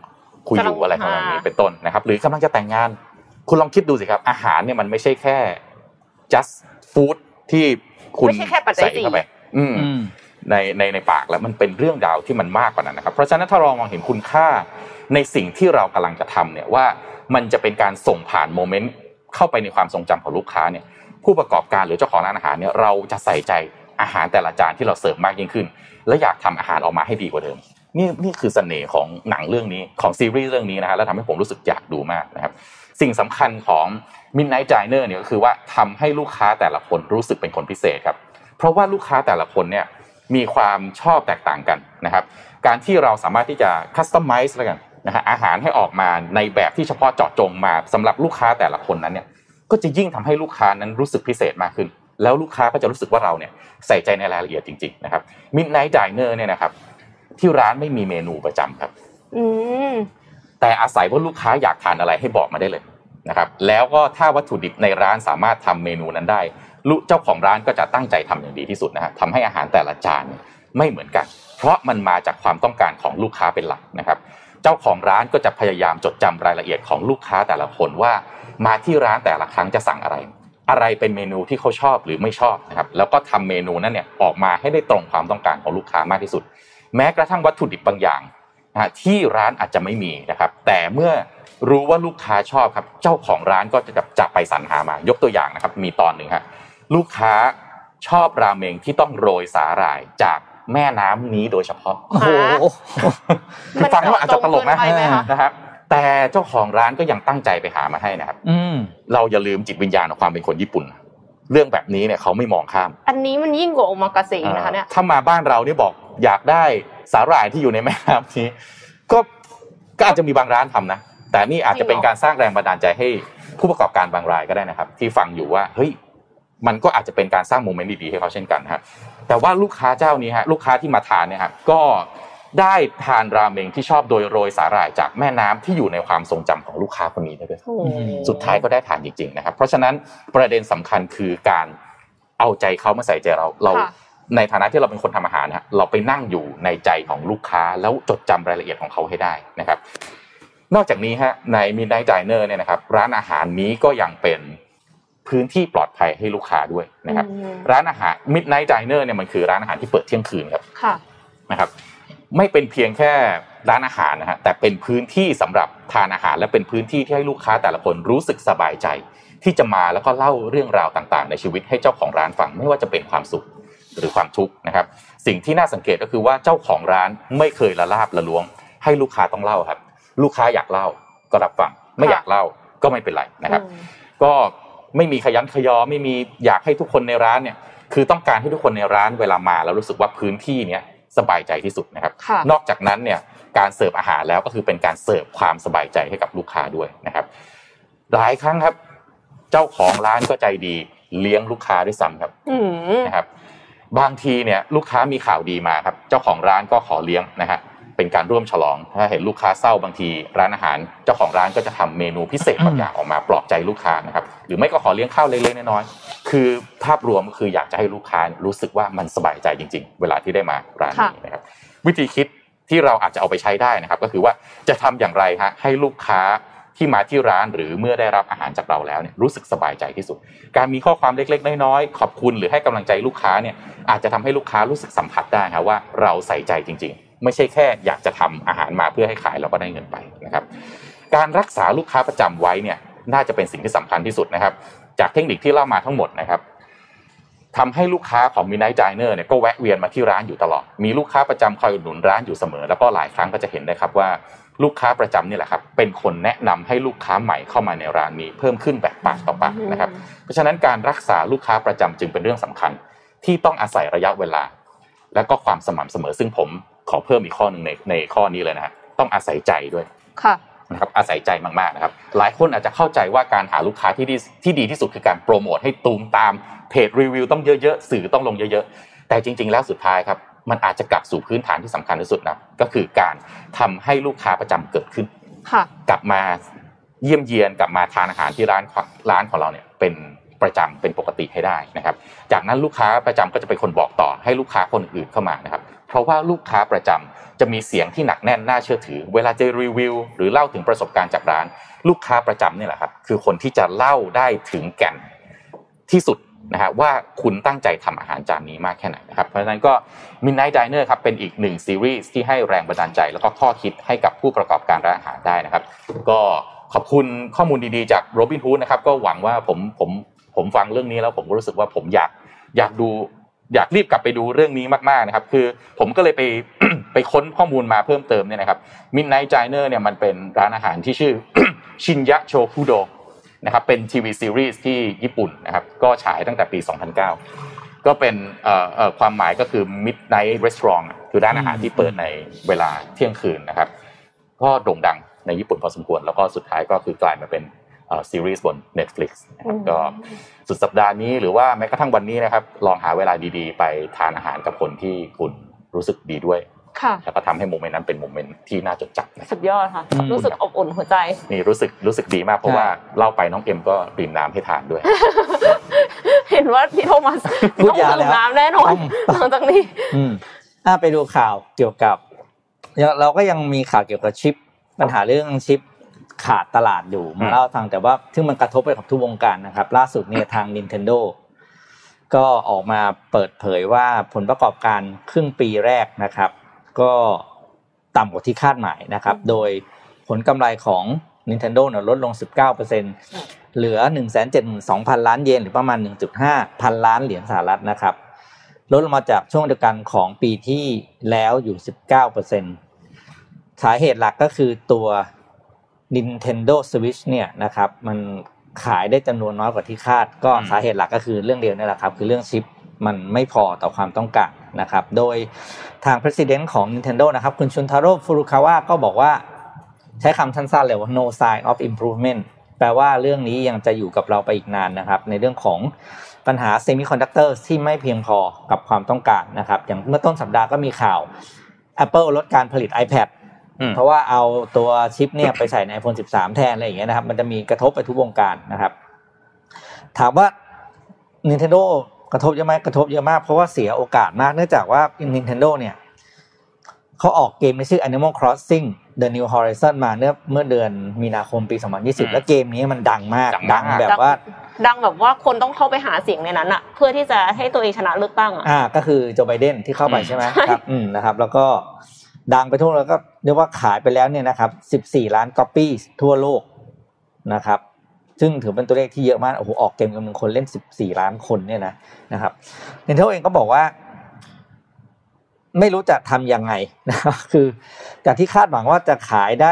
คุยอยู่อะไรทำนองนี้เป็นต้นนะครับหรือกำลังจะแต่งงานคุณลองคิดดูสิครับอาหารเนี่ยมันไม่ใช่แค่ just food ที่คุณใส่เข้าไปในปากแล้วมันเป็นเรื่องราวที่มันมากกว่านั้นนะครับเพราะฉะนั้นถ้าเรามองเห็นคุณค่าในสิ่งที่เรากำลังจะทำเนี่ยว่ามันจะเป็นการส่งผ่านโมเมนต์เข้าไปในความทรงจำของลูกค้าเนี่ยผู้ประกอบการหรือเจ้าของร้านอาหารเนี่ยเราจะใส่ใจอาหารแต่ละจานที่เราเสิร์ฟมากยิ่งขึ้นและอยากทำอาหารออกมาให้ดีกว่าเดิมนี่คือเสน่ห์ของหนังเรื่องนี้ของซีรีส์เรื่องนี้นะฮะแล้วทำให้ผมรู้สึกอยากดูมากนะครับสิ่งสำคัญของ Midnight Diner เนี่ยก็คือว่าทำให้ลูกค้าแต่ละคนรู้สึกเป็นคนพิเศษครับเพราะว่าลูกค้าแต่ละคนเนี่ยมีความชอบแตกต่างกันนะครับการที่เราสามารถที่จะคัสตอมไมซ์แล้วกันนะฮะอาหารให้ออกมาในแบบที่เฉพาะเจาะจงมาสำหรับลูกค้าแต่ละคนนั้นเนี่ยก็จะยิ่งทำให้ลูกค้านั้นรู้สึกพิเศษมากขึ้นแล้วลูกค้าก็จะรู้สึกว่าเราเนี่ยใส่ใจในรายละเอียดจริงๆนะครับ Midnight Diner เนี่ยนะครับที่ร้านไม่มีเมนูประจำครับแต่อาศัยว่าลูกค้าอยากทานอะไรให้บอกมาได้เลยนะครับแล้วก็ถ้าวัตถุดิบในร้านสามารถทำเมนูนั้นได้เจ้าของร้านก็จะตั้งใจทำอย่างดีที่สุดนะฮะทำให้อาหารแต่ละจานไม่เหมือนกันเพราะมันมาจากความต้องการของลูกค้าเป็นหลักนะครับเจ้าของร้านก็จะพยายามจดจำรายละเอียดของลูกค้าแต่ละคนว่ามาที่ร้านแต่ละครั้งจะสั่งอะไรเป็นเมนูที่เขาชอบหรือไม่ชอบนะครับแล้วก็ทำเมนูนั้นเนี่ยออกมาให้ได้ตรงความต้องการของลูกค้ามากที่สุดแม้กระทั่งวัตถุดิบบางอย่างที่ร้านอาจจะไม่มีนะครับแต่เมื่อรู้ว่าลูกค้าชอบครับเจ้าของร้านก็จะไปสรรหามายกตัวอย่างนะครับมีตอนหนึ่งฮะลูกค้าชอบราเมงที่ต้องโรยสาหร่ายจากแม่น้ำนี้โดยเฉพาะโอ้โหฟังแล้วอาจจะตลกนะครับแต่เจ้าของร้านก็ยังตั้งใจไปหามาให้นะครับเราอย่าลืมจิตวิญญาณของความเป็นคนญี่ปุ่นเรื่องแบบนี้เนี่ยเขาไม่มองข้ามอันนี้มันยิ่งกว่าโอมากาเสะนะคะเนี่ยถ้ามาบ้านเราเนี่ยบอกอยากได้สาหร่ายที่อยู่ในแม่น้ำนี้ก็อาจจะมีบางร้านทำนะแต่นี่อาจจะเป็นการสร้างแรงบันดาลใจให้ผู้ประกอบการบางรายก็ได้นะครับที่ฟังอยู่ว่าเฮ้ยมันก็อาจจะเป็นการสร้างโมเมนต์ดีๆให้เขาเช่นกันฮะแต่ว่าลูกค้าเจ้านี้ฮะลูกค้าที่มาทานเนี่ยครับก็ได้ทานราเมงที่ชอบโดยโรยสาหร่ายจากแม่น้ำที่อยู่ในความทรงจำของลูกค้าคนนี้ด้วยสุดท้ายก็ได้ทานจริงๆนะครับเพราะฉะนั้นประเด็นสำคัญคือการเอาใจเขามาใส่ใจเราในฐานะที่เราเป็นคนทำอาหารนะเราไปนั่งอยู่ในใจของลูกค้าแล้วจดจำรายละเอียดของเขาให้ได้นะครับนอกจากนี้ฮะใน Midnight Diner เนี่ยนะครับร้านอาหารนี้ก็ยังเป็นพื้นที่ปลอดภัยให้ลูกค้าด้วยนะครับร้านอาหาร Midnight Diner เนี่ยมันคือร้านอาหารที่เปิดเที่ยงคืนครับนะครับไม่เป็นเพียงแค่ร้านอาหารนะฮะแต่เป็นพื้นที่สำหรับทานอาหารและเป็นพื้นที่ที่ให้ลูกค้าแต่ละคนรู้สึกสบายใจที่จะมาแล้วก็เล่าเรื่องราวต่างๆในชีวิตให้เจ้าของร้านฟังไม่ว่าจะเป็นความสุขหรือความทุกข์นะครับสิ่งที่น่าสังเกตก็คือว่าเจ้าของร้านไม่เคยละลาบละล้วงให้ลูกค้าต้องเล่าครับลูกค้าอยากเล่าก็รับฟังไม่อยากเล่าก็ไม่เป็นไรนะครับก็ไม่มีขยันขยอไม่มีอยากให้ทุกคนในร้านเนี่ยคือต้องการให้ทุกคนในร้านเวลามาแล้วรู้สึกว่าพื้นที่เนี้ยสบายใจที่สุดนะครับนอกจากนั้นเนี่ยการเสิร์ฟอาหารแล้วก็คือเป็นการเสิร์ฟความสบายใจให้กับลูกค้าด้วยนะครับหลายครั้งครับเจ้าของร้านก็ใจดีเลี้ยงลูกค้าด้วยซ้ำครับนะครับบางทีเนี่ยลูกค้ามีข่าวดีมาครับเจ้าของร้านก็ขอเลี้ยงนะฮะเป็นการร่วมฉลองถ้าเห็นลูกค้าเศร้าบางทีร้านอาหารเจ้าของร้านก็จะทำเมนูพิเศษบางอย่างออกมาปลอบใจลูกค้านะครับหรือไม่ก็ขอเลี้ยงข้าวเล็กๆน้อยๆคือภาพรวมก็คืออยากจะให้ลูกค้ารู้สึกว่ามันสบายใจจริงๆเวลาที่ได้มาร้านนี้นะครับวิธีคิดที่เราอาจจะเอาไปใช้ได้นะครับก็คือว่าจะทำอย่างไรฮะให้ลูกค้าที่มาที่ร้านหรือเมื่อได้รับอาหารจากเราแล้วเนี่ยรู้สึกสบายใจที่สุดการมีข้อความเล็กๆน้อยๆขอบคุณหรือให้กำลังใจลูกค้าเนี่ยอาจจะทำให้ลูกค้ารู้สึกสัมผัสได้ครับว่าเราใส่ใจจริงๆไม่ใช่แค่อยากจะทำอาหารมาเพื่อให้ขายแล้วก็ได้เงินไปนะครับการรักษาลูกค้าประจำไว้เนี่ยน่าจะเป็นสิ่งที่สำคัญที่สุดนะครับจากเทคนิคที่เล่ามาทั้งหมดนะครับทำให้ลูกค้าของ Midnight Diner เนี่ยก็แวะเวียนมาที่ร้านอยู่ตลอดมีลูกค้าประจำคอยอุดหนุนร้านอยู่เสมอแล้วก็หลายครั้งก็จะเห็นได้ครับว่าลูกค้าประจำนี่แหละครับเป็นคนแนะนำให้ลูกค้าใหม่เข้ามาในร้านนี้เพิ่มขึ้นแบบปากต่อปากนะครับเพราะฉะนั้นการรักษาลูกค้าประจำจึงเป็นเรื่องสำคัญที่ต้องอาศัยระยะเวลาและก็ความสม่ำเสมอซึ่งผมขอเพิ่มอีกข้อนึงในข้อนี้เลยนะฮะต้องอาศัยใจด้วยค่ะนะครับอาศัยใจมากๆนะครับหลายคนอาจจะเข้าใจว่าการหาลูกค้าที่ดีที่สุดคือการโปรโมทให้ตูมตามเพจรีวิวต้องเยอะๆสื่อต้องลงเยอะๆแต่จริงๆแล้วสุดท้ายครับมันอาจจะกลับสู่พื้นฐานที่สำคัญที่สุดนะก็คือการทำให้ลูกค้าประจำเกิดขึ้นกลับมาเยี่ยมเยียนกลับมาทานอาหารที่ร้านของเราเนี่ยเป็นประจำเป็นปกติให้ได้นะครับจากนั้นลูกค้าประจำก็จะเป็นคนบอกต่อให้ลูกค้าคนอื่นเข้ามานะครับเพราะว่าลูกค้าประจำจะมีเสียงที่หนักแน่นน่าเชื่อถือเวลาจะรีวิวหรือเล่าถึงประสบการณ์จากร้านลูกค้าประจำนี่แหละครับคือคนที่จะเล่าได้ถึงแก่นที่สุดนะฮะว่าคุณตั้งใจทำอาหารจานนี้มากแค่ไหนนะครับเพราะฉะนั้นก็ Midnight Diner ครับเป็นอีก1ซีรีส์ที่ให้แรงบันดาลใจแล้วก็ข้อคิดให้กับผู้ประกอบการร้านอาหารได้นะครับก็ขอบคุณข้อมูลดีๆจาก Robinhood นะครับก็หวังว่าผมฟังเรื่องนี้แล้วผมก็รู้สึกว่าผมอยากรีบกลับไปดูเรื่องนี้มากๆนะครับคือผมก็เลยไปค้นข้อมูลมาเพิ่มเติมเนี่ยนะครับ Midnight Diner เนี่ยมันเป็นร้านอาหารที่ชื่อ Shinya Chokudoนะครับเป็นทีวีซีรีส์ที่ญี่ปุ่นนะครับก็ฉายตั้งแต่ปี 2009ก็เป็นความหมายก็คือ Midnight Restaurant คือร้านอาหารที่เปิดในเวลาเที่ยงคืนนะครับก็โด่งดังในญี่ปุ่นพอสมควรแล้วก็สุดท้ายก็คือกลายมาเป็นซีรีส์บน Netflix นะครับก็สุดสัปดาห์นี้หรือว่าแม้กระทั่งวันนี้นะครับลองหาเวลาดีๆไปทานอาหารกับคนที่คุณรู้สึกดีด้วยแล้วก็ทำให้โมเมนต์นั้นเป็นโมเมนต์ที่น่าจดจำสุดยอดค่ะรู้สึกอบอุ่นหัวใจนี่รู้สึกดีมากเพราะว่าเล่าไปน้องเอ็มก็ดื่มน้ำให้ทานด้วยเห็นว่าพี่โทมัสต้องดื่มน้ำแน่นอนหลังจากนี้ไปดูข่าวเกี่ยวกับเราก็ยังมีข่าวเกี่ยวกับชิปปัญหาเรื่องชิปขาดตลาดอยู่มาเล่าฟังแต่ว่าซึ่งมันกระทบไปกับทุกวงการนะครับล่าสุดเนี่ยทาง Nintendo ก็ออกมาเปิดเผยว่าผลประกอบการครึ่งปีแรกนะครับก็ต่ำกว่าที่คาดหมายนะครับโดยผลกำไรของ Nintendo เนี่ยลดลง 19% เหลือ 172,000 ล้านเยนหรือประมาณ 1.5 พันล้านเหรียญสหรัฐนะครับลดลงมาจากช่วงเดียวกันของปีที่แล้วอยู่ 19% สาเหตุหลักก็คือตัว Nintendo Switch เนี่ยนะครับมันขายได้จำนวนน้อยกว่าที่คาดก็สาเหตุหลักก็คือเรื่องเดียวนี่แหละครับคือเรื่องชิปมันไม่พอต่อความต้องการนะครับโดยทาง President ของ Nintendo นะครับคุณชุนทาโร่ฟุรุคาวะก็บอกว่าใช้คำสั้นๆเลยว่า no sign of improvement แปลว่าเรื่องนี้ยังจะอยู่กับเราไปอีกนานนะครับในเรื่องของปัญหา semiconductor ที่ไม่เพียงพอกับความต้องการนะครับอย่างเมื่อต้นสัปดาห์ก็มีข่าว Apple ลดการผลิต iPad เพราะว่าเอาตัวชิปเนี่ยไปใส่ใน iPhone 13 แทนอะไรอย่างเงี้ยนะครับมันจะมีกระทบไปทุกวงการนะครับถามว่า Nintendo กระทบเยอะไหมกระทบเยอะมากเพราะว่าเสียโอกาสมากเนื่องจากว่า Nintendo เนี่ยเขาออกเกมในชื่อ Animal Crossing The New Horizon มาเมื่อเดือนมีนาคมปี2020แล้วเกมนี้มันดังมากดังแบบว่าคนต้องเข้าไปหาเสียงในนั้นอ่ะเพื่อที่จะให้ตัวเองชนะเลือกตั้งก็คือโจไบเดนที่เข้าไปใช่ไหมครับนะครับแล้วก็ดังไปทั่วแล้วก็เรียกว่าขายไปแล้วเนี่ยนะครับ14ล้านก๊อปปี้ทั่วโลกนะครับซึ่งถือเป็นตัวเลขที่เยอะมากโอ้โหออกเกมกันคนเล่น14ล้านคนเนี่ยนะครับ Nintendo เองก็บอกว่าไม่รู้จะทำยังไงนะครับคือจากที่คาดหวังว่าจะขายได้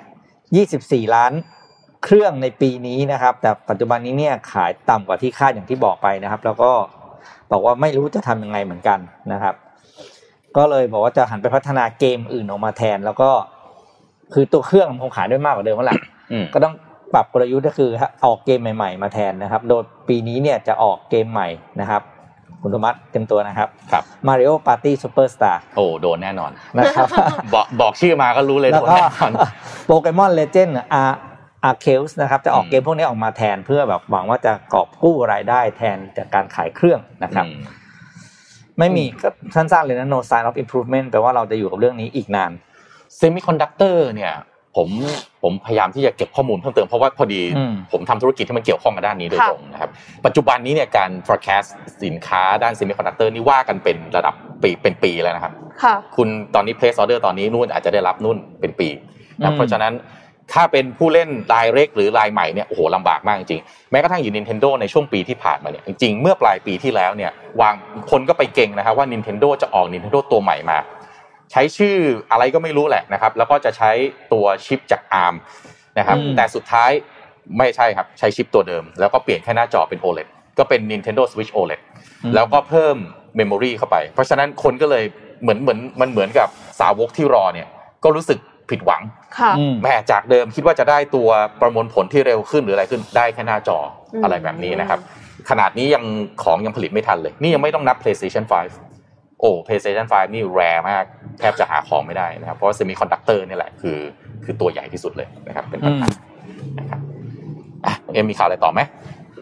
24ล้านเครื่องในปีนี้นะครับแต่ปัจจุบันนี้เนี่ยขายต่ำกว่าที่คาดอย่างที่บอกไปนะครับแล้วก็บอกว่าไม่รู้จะทำยังไงเหมือนกันนะครับก็เลยบอกว่าจะหันไปพัฒนาเกมอื่นออกมาแทนแล้วก็คือตัวเครื่องมันคงขายได้มากกว่าเดิมแล้วแหละก็ต้องปรับกลยุทธ์ก็คือออกเกมใหม่ๆมาแทนนะครับโดยปีนี้เนี่ยจะออกเกมใหม่นะครับคุณธมัสเต็มตัวนะครับ Mario Party Superstar โอ้โดนแน่นอนนะครับบอกชื่อมาก็รู้เลยโดนแน่นอน Pokemon Legend Arceus นะครับจะออกเกมพวกนี้ออกมาแทนเพื่อแบบหวังว่าจะกอบกู้รายได้แทนจากการขายเครื่องนะครับไม่มีก็สั้นๆเลยนะ no sign of improvement แปลว่าเราจะอยู่กับเรื่องนี้อีกนาน Semiconductor เนี่ยผมพยายามที่จะเก็บข้อมูลเพิ่มเติมเพราะว่าพอดีผมทำธุรกิจที่มันเกี่ยวข้องกับด้านนี้โดยตรงนะครับปัจจุบันนี้เนี่ยการ forecast สินค้าด้าน Semiconductor นี่ว่ากันเป็นระดับปีแล้วนะครับคุณตอนนี้ place order ตอนนี้นู่นอาจจะได้รับนู่นเป็นปีนะเพราะฉะนั้นถ้าเป็นผู้เล่นรายเล็กหรือรายใหม่เนี่ยโอ้โหลำบากมากจริงแม้กระทั่งอยู่ Nintendo ในช่วงปีที่ผ่านมาเนี่ยจริงๆเมื่อปลายปีที่แล้วเนี่ยวางคนก็ไปเก่งนะครับว่า Nintendo จะออก Nintendo ตัวใหม่มาใช้ชื่ออะไรก็ไม่รู้แหละนะครับแล้วก็จะใช้ตัวชิปจาก ARM นะครับแต่สุดท้ายไม่ใช่ครับใช้ชิปตัวเดิมแล้วก็เปลี่ยนแค่หน้าจอเป็น OLED ก็เป็น Nintendo Switch OLED แล้วก็เพิ่ม memory เข้าไปเพราะฉะนั้นคนก็เลยเหมือนกับสาวกที่รอเนี่ยก็รู้สึกผิดหวังแม้จากเดิมคิดว่าจะได้ตัวประมวลผลที่เร็วขึ้นหรืออะไรขึ้นได้แค่หน้าจออะไรแบบนี้นะครับขนาดนี้ยังผลิตไม่ทันเลยนี่ยังไม่ต้องนับ PlayStation 5 PlayStation 5 นี่แรร์มากแทบจะหาของไม่ได้นะครับเพราะว่า Semiconductor นี่แหละคือตัวใหญ่ที่สุดเลยนะครับเป็นปัญหานะครับเอ็มมีข่าวอะไรต่อไหม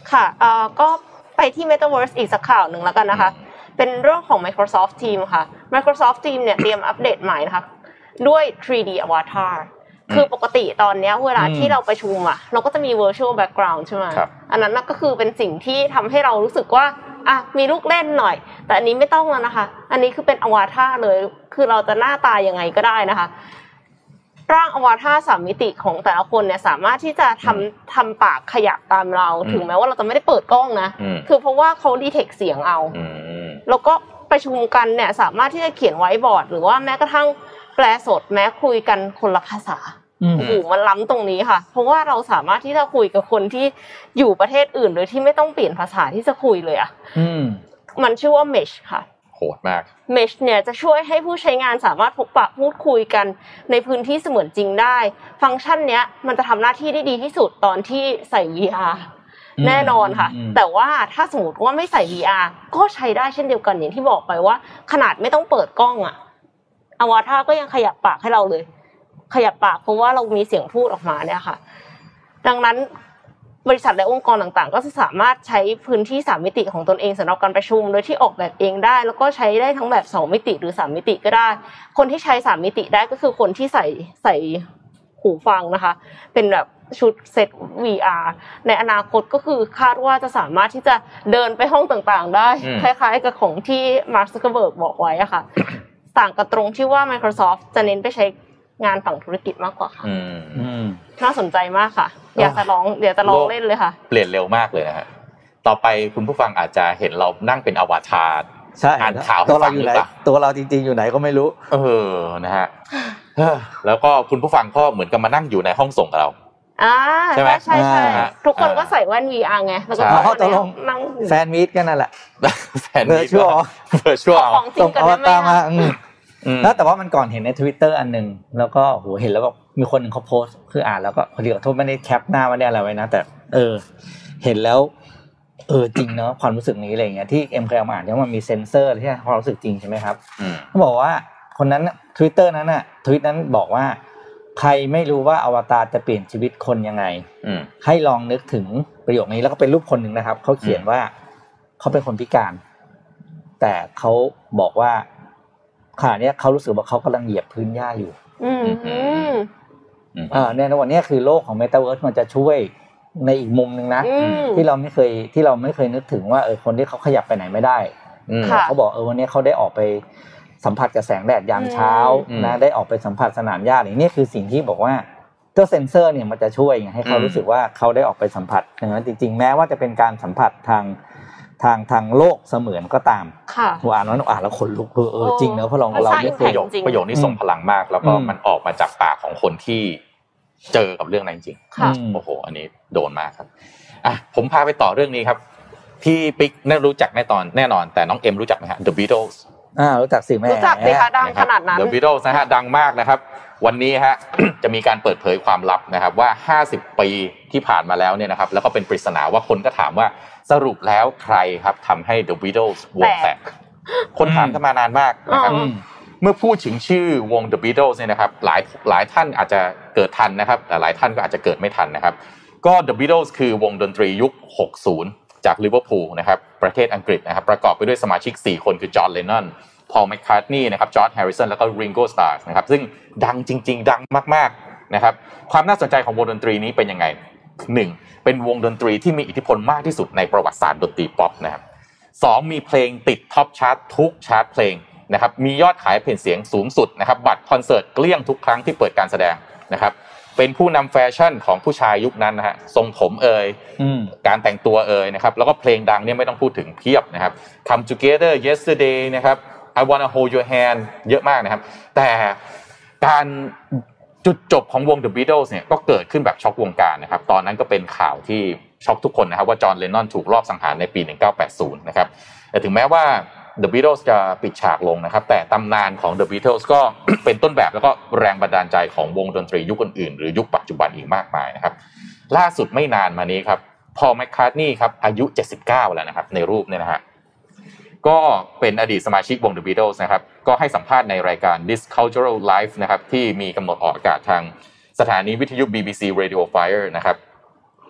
ค่ะก็ไปที่ Metaverse อีกสักข่าวหนึ่งแล้วกันนะคะเป็นเรื่องของ Microsoft Teams ค่ะ Microsoft Teams เนี่ยเตรียมอัปเดตใหม่นะคะด้วย 3D Avatar คือปกติตอนนี้เวลาที่เราประชุมเราก็จะมี virtual background ใช่ไหมอันนั้นก็คือเป็นสิ่งที่ทำให้เรารู้สึกว่ามีลูกเล่นหน่อยแต่อันนี้ไม่ต้องแล้วนะคะอันนี้คือเป็นอวตารเลยคือเราจะหน้าตายังไงก็ได้นะคะร่างอวตาร3มิติของแต่ละคนเนี่ยสามารถที่จะทำปากขยับตามเราถึงแม้ว่าเราจะไม่ได้เปิดกล้องนะคือเพราะว่าเขาดีเทคเสียงเอาแล้วก็ประชุมกันเนี่ยสามารถที่จะเขียนไว้บอร์ดหรือว่าแม้กระทั่งแปลสดแม้คุยกันคนละภาษาโอ้โหมันล้ำตรงนี้ค่ะเพราะว่าเราสามารถที่จะคุยกับคนที่อยู่ประเทศอื่นโดยที่ไม่ต้องเปลี่ยนภาษาที่จะคุยเลยมันชื่อว่า Mesh ค่ะโหดมาก Mesh เนี่ยจะช่วยให้ผู้ใช้งานสามารถพบปะพูดคุยกันในพื้นที่เสมือนจริงได้ฟังก์ชันเนี้ยมันจะทำหน้าที่ได้ดีที่สุดตอนที่ใส่ VR แน่นอนค่ะแต่ว่าถ้าสมมติว่าไม่ใส่ VR ก็ใช้ได้เช่นเดียวกันอย่างที่บอกไปว่าขนาดไม่ต้องเปิดกล้องอวตารก็ยังขยับปากให้เราเลยขยับปากเพราะว่าเรามีเสียงพูดออกมาเนี่ยค่ะดังนั้นบริษัทและองค์กรต่างๆก็จะสามารถใช้พื้นที่3มิติของตนเองสำหรับการประชุมโดยที่ออกแบบเองได้แล้วก็ใช้ได้ทั้งแบบ2มิติหรือ3มิติก็ได้คนที่ใช้3มิติได้ก็คือคนที่ใส่หูฟังนะคะเป็นแบบชุดเซต VR ในอนาคตก็คือคาดว่าจะสามารถที่จะเดินไปห้องต่างๆได้คล้ายๆกับของที่ Mark Zuckerberg บอกไว้อะค่ะต่างกับตรงที่ว่า Microsoft จะเน้นไปใช้งานฝั่งธุรกิจมากกว่าค่ะน่าสนใจมากค่ะเดี๋ยวจะลองเล่นเลยค่ะเปลี่ยนเร็วมากเลยนะฮะต่อไปคุณผู้ฟังอาจจะเห็นเรานั่งเป็นอวตารอ่านข่าวให้ฟังหรือเปล่าตัวเราจริงๆอยู่ไหนก็ไม่รู้นะฮะแล้วก็คุณผู้ฟังก็เหมือนกับมานั่งอยู่ในห้องส่งกับเราใช่ไหมใช่ทุกคนก็ใส่แว่น VR ไงแล้วก็นั่งแฟนมีตกันนั่นแหละแฟนมีตVirtual ของจริงกันได้ไหมแล้วแต่ว่ามันก่อนเห็นใน Twitter อันนึงแล้วก็โหเห็นแล้วแบบมีคนนึงเขาโพสต์คืออ่านแล้วก็พอดีขอโทษไม่ได้แคปหน้าไม่ได้อะไรไว้นะแต่เห็นแล้วจริงเนาะความรู้สึกนี้อะไรอย่างเงี้ยที่เอ็มเคยอ่านเนี่ยมันมีเซ็นเซอร์ที่ความรู้สึกจริงใช่มั้ยครับเขาบอกว่าคนนั้น Twitter นั้นน่ะทวีตนั้นบอกว่าใครไม่รู้ว่าอวตารจะเปลี่ยนชีวิตคนยังไงให้ลองนึกถึงประโยคนี้แล้วก็เป็นรูปคนนึงนะครับเขาเขียนว่าเขาเป็นคนพิการแต่เขาบอกว่าขณะนี้เขารู้สึกว่าเขากำลังเหยียบพื้นหญ้าอยู่ในวันนี้คือโลกของ Metaverse มันจะช่วยในอีกมุมนึงนะที่เราไม่เคยนึกถึงว่าคนที่เขาขยับไปไหนไม่ได้เขาบอกวันนี้เขาได้ออกไปสัมผัสกับแสงแดดยามเช้านะได้ออกไปสัมผัสสนามหญ้านี่คือสิ่งที่บอกว่าตัวเซ็นเซอร์เนี่ยมันจะช่วยให้เขารู้สึกว่าเขาได้ออกไปสัมผัสอย่างนั้นจริงๆแม้ว่าจะเป็นการสัมผัสทางโลกเสมือนก็ตามอ่านแล้วขนลุกจริงเนอะเพราะเราไม่เคยประโยคนี้ส่งพลังมากแล้วก็มันออกมาจากปากของคนที่เจอกับเรื่องนั้นจริงโอ้โหอันนี้โดนมากครับผมพาไปต่อเรื่องนี้ครับพี่ปิ๊กน่ารู้จักแน่นอนแต่น้องเอ็มรู้จักไหมฮะ The Beatles รู้จักสิแม่รู้จักสิคะดังขนาดนั้น The Beatles นะฮะดังมากนะครับวันนี้ฮะ จะมีการเปิดเผยความลับนะครับว่า50ปีที่ผ่านมาแล้วเนี่ยนะครับแล้วก็เป็นปริศนาว่าคนก็ถามว่าสรุปแล้วใครครับทำให้ The Beatles วงแตกคนถามกันมานานมากนะครับเมื่อพูดถึงชื่อวง The Beatles เนี่ยนะครับหลายท่านอาจจะเกิดทันนะครับแต่หลายท่านก็อาจจะเกิดไม่ทันนะครับก็ The Beatles คือวงดนตรียุค60จากลิเวอร์พูลนะครับประเทศอังกฤษนะครับประกอบไปด้วยสมาชิก4คนคือจอห์น เลนนอนพอล แมคคาร์ทนีย์นะครับจอร์จ แฮร์ริสันแล้วก็ริงโก สตาร์สนะครับซึ่งดังจริงๆดังมากๆนะครับความน่าสนใจของวงดนตรีนี้เป็นยังไง1เป็นวงดนตรีที่มีอิทธิพลมากที่สุดในประวัติศาสตร์ดนตรีป๊อปนะครับ2มีเพลงติดท็อปชาร์ตทุกชาร์ตเพลงนะครับมียอดขายแผ่นเสียงสูงสุดนะครับบัตรคอนเสิร์ตเกลี้ยงทุกครั้งที่เปิดการแสดงนะครับเป็นผู้นำแฟชั่นของผู้ชายยุคนั้นนะฮะทรงผมการแต่งตัวนะครับแล้วก็เพลงดังเนี่ยไม่ต้องพูดถึงเพียบนะครับ Come Together Yesterday นะครับ I Wanna Hold Your Hand เยอะมากนะครับแต่การจุดจบของวง The Beatles เนี่ยก็เกิดขึ้นแบบช็อกวงการนะครับตอนนั้นก็เป็นข่าวที่ช็อกทุกคนนะครับว่าจอห์น เลนนอนถูกลอบสังหารในปี1980นะครับแต่ถึงแม้ว่า The Beatles จะปิดฉากลงนะครับแต่ตำนานของ The Beatles ก็ เป็นต้นแบบแล้วก็แรงบันดาลใจของวงดนตรียุคอื่นๆหรือยุคปัจจุบันอีกมากมายนะครับล่าสุดไม่นานมานี้ครับพอล แมคคาร์ทนีย์ครับอายุ79แล้วนะครับในรูปเนี่ยนะฮะก็เป็นอดีตสมาชิกวง The Beatles นะครับก็ให้สัมภาษณ์ในรายการ This Cultural Life นะครับที่มีกำหนดออกอากาศทางสถานีวิทยุ BBC Radio Fire นะครับ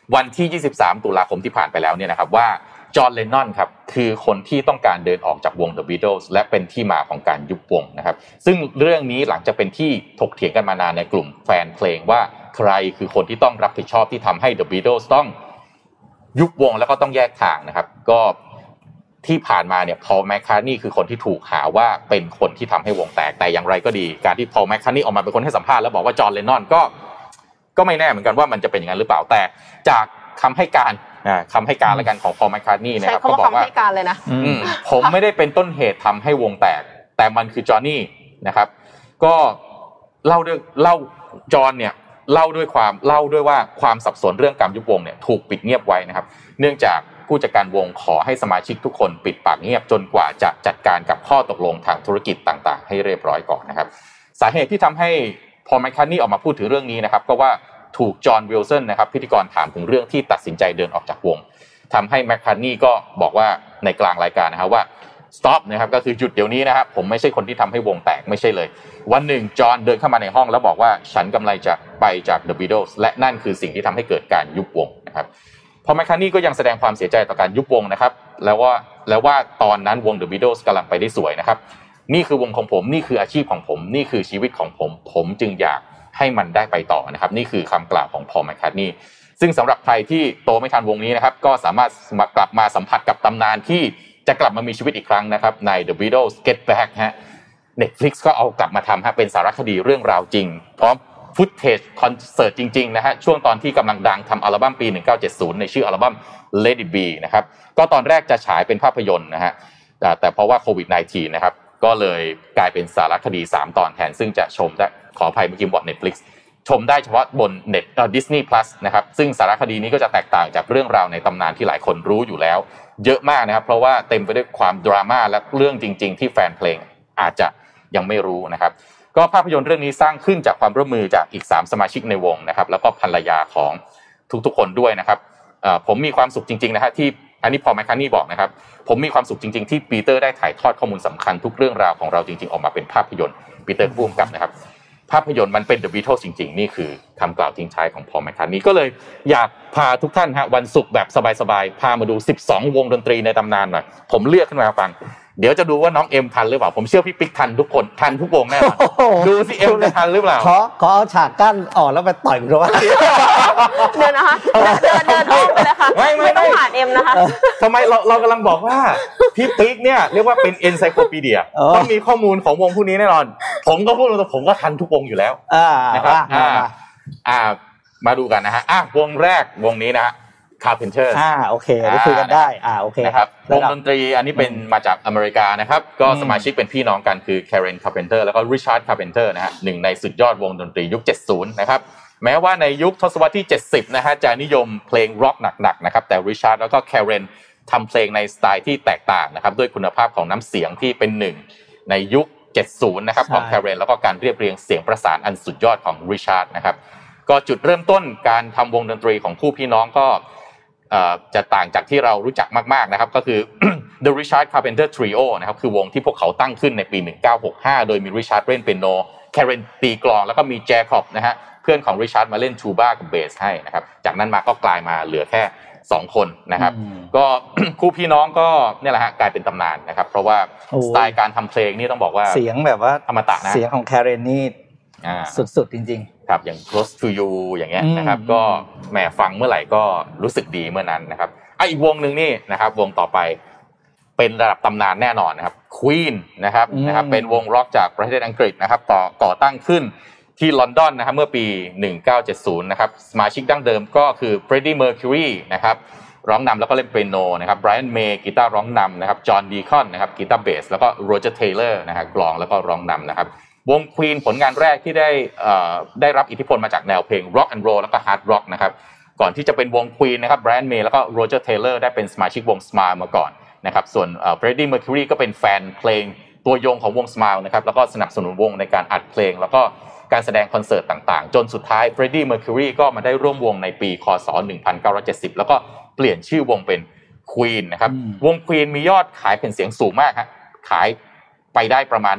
วันที่23ตุลาคมที่ผ่านไปแล้วเนี่ยนะครับว่าจอห์น เลนนอนครับคือคนที่ต้องการเดินออกจากวง The Beatles และเป็นที่มาของการยุบวงนะครับซึ่งเรื่องนี้หลังจากเป็นที่ถกเถียงกันมานานในกลุ่มแฟนเพลงว่าใครคือคนที่ต้องรับผิดชอบที่ทำให้ The Beatles ต้องยุบวงแล้วก็ต้องแยกทางนะครับก็ที่ผ่านมาเนี่ยพอล แมคคาร์ทนีย์คือคนที่ถูกหาว่าเป็นคนที่ทำให้วงแตกแต่อย่างไรก็ดีการที่พอล แมคคาร์ทนีย์ออกมาเป็นคนให้สัมภาษณ์แล้วบอกว่าจอห์น เลนนอนก็ไม่แน่เหมือนกันว่ามันจะเป็นอย่างนั้นหรือเปล่าแต่จากคำให้การแล้วกันของพอล แมคคาร์ทนีย์นะครับก็บอกว่าผมไม่ได้เป็นต้นเหตุทำให้วงแตกแต่มันคือจอห์นนี่นะครับก็เล่าจอห์นเนี่ยเล่าด้วยว่าความสับสนเรื่องการยุบวงเนี่ยถูกปิดเงียบไว้นะครับเนื่องจากผู้จัดการวงขอให้สมาชิกทุกคนปิดปากเงียบจนกว่าจะจัดการกับข้อตกลงทางธุรกิจต่างๆให้เรียบร้อยก่อนนะครับสาเหตุที่ทำให้พอล แมคคาร์ทนีย์ออกมาพูดถึงเรื่องนี้นะครับก็ว่าถูกจอห์น วิลสันนะครับพิธีกรถามถึงเรื่องที่ตัดสินใจเดินออกจากวงทำให้แมคคาร์ทนีย์ก็บอกว่าในกลางรายการนะครับว่า stop นะครับก็คือหยุดเดี๋ยวนี้นะครับผมไม่ใช่คนที่ทำให้วงแตกไม่ใช่เลยวันหนึ่งจอห์นเดินเข้ามาในห้องแล้วบอกว่าฉันกำลังจะไปจาก The Beatles และนั่นคือสิ่งที่ทำให้เกิดการยุบวงนะครับพอแมคคาร์ทนีย์ก็ยังแสดงความเสียใจต่อการยุบวงนะครับแล้วว่าตอนนั้นวง The Beatles กำลังไปได้สวยนะครับนี่คือวงของผมนี่คืออาชีพของผมนี่คือชีวิตของผมจึงอยากให้มันได้ไปต่อนะครับนี่คือคำกล่าวของพอล แมคคาร์ทนีย์ซึ่งสำหรับใครที่โตไม่ทันวงนี้นะครับก็สามารถกลับมาสัมผัสกับตำนานที่จะกลับมามีชีวิตอีกครั้งนะครับใน The Beatles Get Back ฮะ Netflix ก็เอากลับมาทำฮะเป็นสารคดีเรื่องราวจริงพร้อมฟุตเทจคอนเสิร์ตจริงๆนะฮะช่วงตอนที่กำลังดังทำอัลบั้มปี1970ในชื่ออัลบั้ม Let It Be นะครับก็ตอนแรกจะฉายเป็นภาพยนตร์นะฮะแต่เพราะว่าโควิด -19 นะครับก็เลยกลายเป็นสารคดี3ตอนแทนซึ่งจะชมได้ขออภัยเมื่อกี้บอก Netflix ชมได้เฉพาะบนDisney Plus นะครับซึ่งสารคดีนี้ก็จะแตกต่างจากเรื่องราวในตำนานที่หลายคนรู้อยู่แล้วเยอะมากนะครับเพราะว่าเต็มไปด้วยความดราม่าและเรื่องจริงๆที่แฟนเพลงอาจจะยังไม่รู้นะครับก็ภาพยนตร์เรื่องนี้สร้างขึ้นจากความร่วมมือจากอีก3สมาชิกในวงนะครับแล้วก็ภรรยาของทุกๆคนด้วยนะครับผมมีความสุขจริงๆนะฮะที่อันนี้พอล แมคคาร์ทนีย์บอกนะครับผมมีความสุขจริงๆที่ปีเตอร์ได้ถ่ายทอดข้อมูลสำคัญทุกเรื่องราวของเราจริงๆออกมาเป็นภาพยนตร์ปีเตอร์ผู้กำกับนะครับภาพยนตร์มันเป็น The Beatles จริงๆนี่คือคำกล่าวทิ้งท้ายของพอล แมคคาร์ทนีย์ก็เลยอยากพาทุกท่านฮะวันศุกร์แบบสบายๆพามาดู12วงดนตรีในตำนานหน่อยผมเลือกขึ้นมาฟังเดี๋ยวจะดูว่าน้องเอ็มทันหรือเปล่าผมเชื่อพี่ปิ๊กทันทุกคนทันทุกวงแน่นอนดูสิเอ็มจะทันหรือเปล่าขอเอาฉากกั้นออกแล้วไปต่อยมันว่าเดินนะคะเดินอ้อมไปเลยค่ะไม่ต้องผ่านเอ็มนะคะทำไมเรากำลังบอกว่าพี่ปิ๊กเนี่ยเรียกว่าเป็นเอนไซโคปีเดียต้องมีข้อมูลของวงพวกนี้แน่นอนผมก็พูดตรงๆผมก็ทันทุกวงอยู่แล้วนะครับมาดูกันนะฮะวงแรกวงนี้นะฮะCarpenter โอเคได้คุยกันได้โอเคครับวงดนตรีอันนี้เป็นมาจากอเมริกานะครับก็สมาชิกเป็นพี่น้องกันคือ Karen Carpenter แล้วก็ Richard Carpenter นะฮะหนึ่งในสุดยอดวงดนตรียุค70นะครับแม้ว่าในยุคทศวรรษที่70นะฮะจะนิยมเพลงร็อกหนักๆนะครับแต่ Richard แล้วก็ Karen ทำเพลงในสไตล์ที่แตกต่างนะครับด้วยคุณภาพของน้ำเสียงที่เป็นหนึ่งในยุค70นะครับของ Karen แล้วก็การเรียบเรียงเสียงประสานอันสุดยอดของ Richard นะครับก็จุดเริ่มต้นการทำวงดนตรีของคู่พี่น้องก็จะต่างจากที่เรารู้จักมากๆนะครับก็คือ The Richard Carpenter Trio นะครับคือวงที่พวกเขาตั้งขึ้นในปี1965โดยมี Richard เล่นเปียโน Karen ตีกลองแล้วก็มี Jacob นะฮะเพื่อนของ Richard มาเล่นทูบากับเบสให้นะครับจากนั้นมาก็กลายมาเหลือแค่2คนนะครับก็ คู่พี่น้องก็เนี่ยแหละฮะกลายเป็นตำนานนะครับเพราะว่าสไตล์การทำเพลงนี่ต้องบอกว่าเสียงแบบว่าอมตะนะเสียงของ Karen นี่สุดๆจริงๆครับอย่าง Close to You อย่างเงี้ยนะครับก็แหมฟังเมื่อไหร่ก็รู้สึกดีเมื่อนั้นนะครับอีกวงนึงนี่นะครับวงต่อไปเป็นระดับตำนานแน่นอนนะครับ Queen นะครับเป็นวงร็อกจากประเทศอังกฤษนะครับก่อตั้งขึ้นที่ลอนดอนนะครับเมื่อปี1970นะครับสมาชิกดั้งเดิมก็คือ Freddie Mercury นะครับร้องนำแล้วก็เล่นเปียโนนะครับ Brian May กีตาร์ร้องนำนะครับ John Deacon นะครับกีตาร์เบสแล้วก็ Roger Taylor นะครับกลองแล้วก็ร้องนำนะครับวง Queen ผลงานแรกที่ได้รับอิทธิพลมาจากแนวเพลง Rock and Roll แล้วก็ Hard Rock นะครับก่อนที่จะเป็นวง Queen นะครับ Brian May แล้วก็ Roger Taylor ได้เป็นสมาชิกวง Smile มาก่อนนะครับส่วนFreddie Mercury ก็เป็นแฟนเพลงตัวยงของวง Smile นะครับแล้วก็สนับสนุนวงในการอัดเพลงแล้วก็การแสดงคอนเสิร์ตต่างๆจนสุดท้าย Freddie Mercury ก็มาได้ร่วมวงในปีคศ1970แล้วก็เปลี่ยนชื่อวงเป็น Queen นะครับวง Queen มียอดขายแผ่นเสียงสูงมากฮะขายไปได้ประมาณ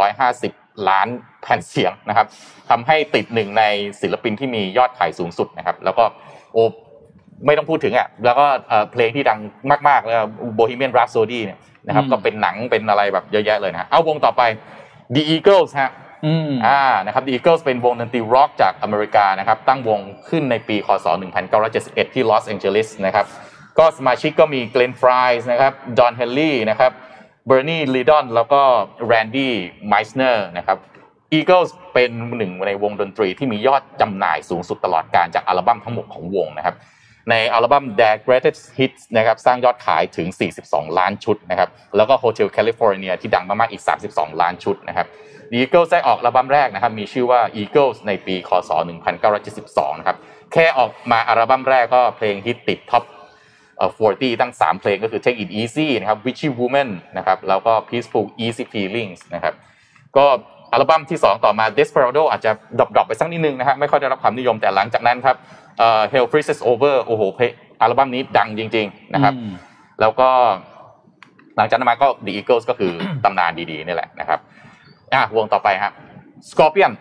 150ล้านแผ่นเสียงนะครับทำให้ติดหนึ่งในศิลปินที่มียอดขายสูงสุดนะครับแล้วก็ไม่ต้องพูดถึงอ่ะแล้วก็เพลงที่ดังมากๆแล้ว Bohemian Rhapsody เนี่ยนะครับก็เป็นหนังเป็นอะไรแบบเยอะแยะเลยนะเอาวงต่อไป The Eagles ฮะนะครับ The Eagles เป็นวงดนตรีร็อกจากอเมริกานะครับตั้งวงขึ้นในปีคศ1971ที่ลอสแองเจลิสนะครับก็สมาชิกก็มี Glenn Frey นะครับ Don Henley นะครับ Bernie Leadon แล้วก็ Randy Meisner นะครับ Eagles เป็นหนึ่งในวงดนตรีที่มียอดจำหน่ายสูงสุดตลอดกาลจากอัลบั้มทั้งหมดของวงนะครับในอัลบั้ม Their Greatest Hits นะครับสร้างยอดขายถึง42ล้านชุดนะครับแล้วก็ Hotel California ที่ดังมากๆอีก32ล้านชุดนะครับ The Eagles ได้ออกอัลบั้มแรกนะครับมีชื่อว่า Eagles ในปีคศ1972นะครับแค่ออกมาอัลบั้มแรกก็เพลงฮิตติดท็อป40ตั้ง3เพลงก็คือ Take It Easy นะครับ Witchy Woman นะครับแล้วก็ Peaceful Easy Feelings นะครับก็อัลบั้มที่2ต่อมา Desperado อาจจะดรอปไปสักนิดนึงนะฮะไม่ค่อยได้รับความนิยมแต่หลังจากนั้นครับHell Freezes Over โอ้โหอัลบั้มนี้ดังจริงๆนะครับแล้วก็หลังจากนั้นมาก็ The Eagles ก็คือตำนานดีๆนี่แหละนะครับวงต่อไปฮะ Scorpion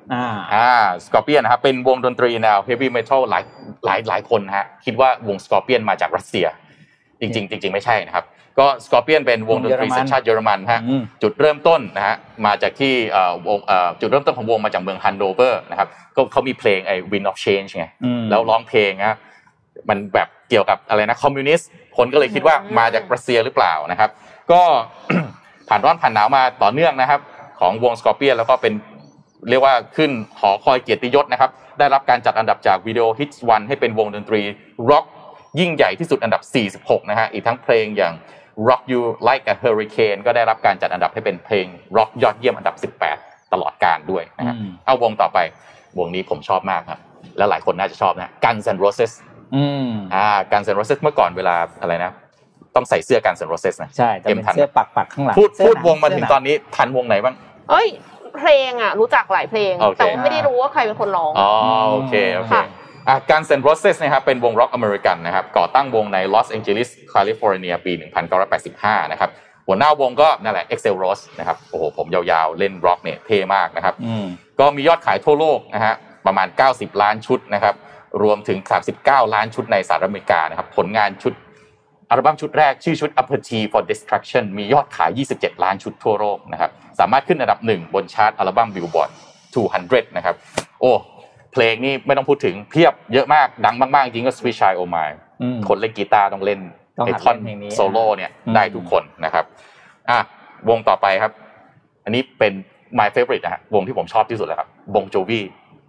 Scorpion นะครับเป็นวงดนตรีแนว Heavy Metal หลายคนฮะคิดว่าวง Scorpion มาจากรัสเซียจริงๆไม่ใช่นะครับก็ Scorpion เป็นวงดนตรีสัญชาติเยอรมันฮะจุดเริ่มต้นนะฮะมาจากที่จุดเริ่มต้นของวงมาจากเมืองฮันโนเวอร์นะครับก็เขามีเพลงไอ้ Wind of Change ไงแล้วร้องเพลงนะมันแบบเกี่ยวกับอะไรนะคอมมิวนิสต์คนก็เลยคิดว่ามาจากรัสเซียหรือเปล่านะครับก็ ผ่านร้อนผ่านหนาวมาต่อเนื่องนะครับของวง Scorpion แล้วก็เป็นเรียกว่าขึ้นหอคอยเกียรติยศนะครับได้รับการจัดอันดับจาก Video Hits 1ให้เป็นวงดนตรีร็อกยิ่งใหญ่ที่สุดอันดับ46นะฮะอีกทั้งเพลงอย่าง Rock You Like a Hurricane ก็ได้รับการจัดอันดับให้เป็นเพลงร็อกยอดเยี่ยมอันดับ18ตลอดกาลด้วยนะฮะเอาวงต่อไปวงนี้ผมชอบมากครับและหลายคนน่าจะชอบนะ Guns N' Roses Guns N' Roses เมื่อก่อนเวลาอะไรนะต้องใส่เสื้อ Guns N' Roses นะใช่จะเป็นเสื้อปักข้างหลังพูดวงมาถึงตอนนี้ทันวงไหนบ้างเพลงรู้จักหลายเพลงแต่ว่าไม่ได้รู้ว่าใครเป็นคนร้องโอเคGuns N' Roses นะครับเป็นวงร็อกอเมริกันนะครับก่อตั้งวงในลอสแองเจลิสแคลิฟอร์เนียปี1985นะครับหัวหน้าวงก็นั่นแหละ Axl Rose นะครับโอ้โหผมยาวๆเล่นร็อกเนี่ยเท่มากนะครับก็มียอดขายทั่วโลกนะฮะประมาณ90ล้านชุดนะครับรวมถึง39ล้านชุดในสหรัฐอเมริกานะครับผลงานชุดอัลบั้มชุดแรกชื่อชุด Appetite for Destruction มียอดขาย27ล้านชุดทั่วโลกนะครับสามารถขึ้นอันดับ1บนชาร์ตอัลบั้ม Billboard 200นะครับโอ้เพลงนี่ไม่ต้องพูดถึงเพียบเยอะมากดังมากๆจริงก็ Sweet Child O' Mine คนเล่นกีตาร์ต้องเล่นไอ้ท่อนโซโล่เนี่ยได้ทุกคนนะครับวงต่อไปครับอันนี้เป็น my favorite นะฮะวงที่ผมชอบที่สุดแล้วครับ Bon Jovi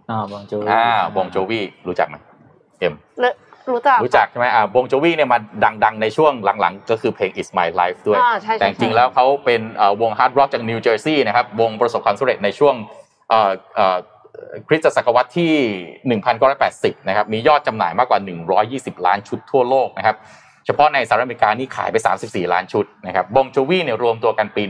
Bon Jovi รู้จักมั้ยรู้จักใช่มั้ยBon Jovi เนี่ยมาดังๆในช่วงหลังๆก็คือเพลง It's My Life ด้วยแต่จริงๆแล้วเขาเป็นวงฮาร์ดร็อกจากนิวเจอร์ซีย์นะครับวงประสบความสำเร็จในช่วงคริสตศตวรรษที่1980นะครับมียอดจำหน่ายมากกว่า120ล้านชุดทั่วโลกนะครับเฉพาะในสหรัฐอเมริกานี่ขายไป34ล้านชุดนะครับบงโจวีเนี่ยรวมตัวกันปี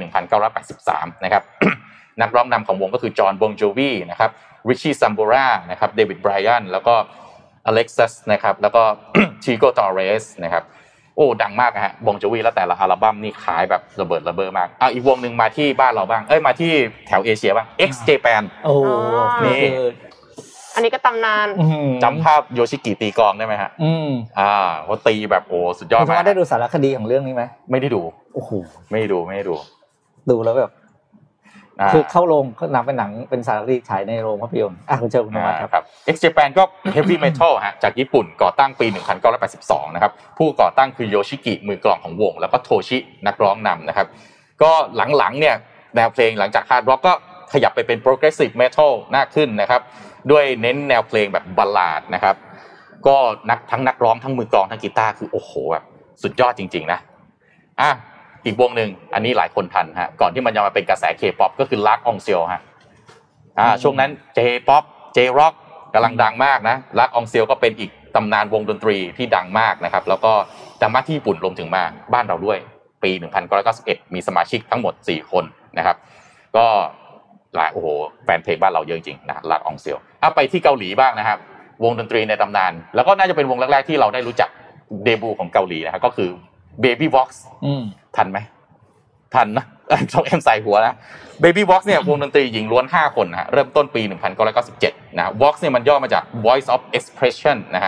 1983นะครับ นักร้องนำของวงก็คือจอห์นบงโจวีนะครับริชชี่ซัมโบรานะครับเดวิดไบรอันแล้วก็อเล็กซัสนะครับแล้วก็ ชิโกตอเรสนะครับโอ้ดังมากนะฮะบงโจวีแล้วแต่ละอัลบั้มนี่ขายแบบระเบิดระเบ้อมากอีกวงนึงมาที่บ้านเราบ้างมาที่แถวเอเชียบ้าง X Japan โอ้นี่อันนี้ก็ตำนานจำภาพโยชิกิตีกลองได้ไหมฮะเขาตีแบบโอ้สุดยอดมากได้ดูสารคดีของเรื่องนี้ไหมไม่ได้ดูโอ้โหไม่ได้ดูดูแล้วแบบคือเข้าโรงก็นับเป็นหนังเป็นสารคดีฉายในโรงภาพยนตร์คุณเจ้าคุณมาครับ X Japan ก็ Heavy Metal ฮะจากญี่ปุ่นก่อตั้งปี1982นะครับผู้ก่อตั้งคือโยชิกิมือกลองของวงแล้วก็โทชินักร้องนำนะครับก็หลังๆเนี่ยแนวเพลงหลังจากฮาร์ดร็อกก็ขยับไปเป็น Progressive Metal มากขึ้นนะครับด้วยเน้นแนวเพลงแบบบัลลาดนะครับก็ทั้งนักร้องทั้งมือกลองทั้งกีตาร์คือโอ้โหแบบสุดยอดจริงๆนะอีกวงนึงอันนี้หลายคนทันฮะก่อนที่มันจะมาเป็นกระแส K-pop ก็คือ Lark Ong-seo ฮะช่วงนั้น J-pop J-rock กำลังดังมากนะ Lark Ong-seo ก็เป็นอีกตำนานวงดนตรีที่ดังมากนะครับแล้วก็ดังมากที่ญี่ปุ่นรวมถึงมาบ้านเราด้วยปี1991มีสมาชิกทั้งหมด4คนนะครับก็หลายโอ้โหแฟนเพลงบ้านเราเยอะจริงนะLark Ong-seoไปที่เกาหลีบ้างนะครับวงดนตรีในตำนานแล้วก็น่าจะเป็นวงแรกๆที่เราได้รู้จักเดบิวต์ของเกาหลีนะครับก็คือ Baby Vox ทันไหมทันนะต้องใส่หัวนะ Baby Vox เนี่ยวงดนตรีหญิงล้วน5คนนะฮะเริ่มต้นปี1997นะ Vox เนี่ยมันย่อมาจาก Voice of Expression นะฮะ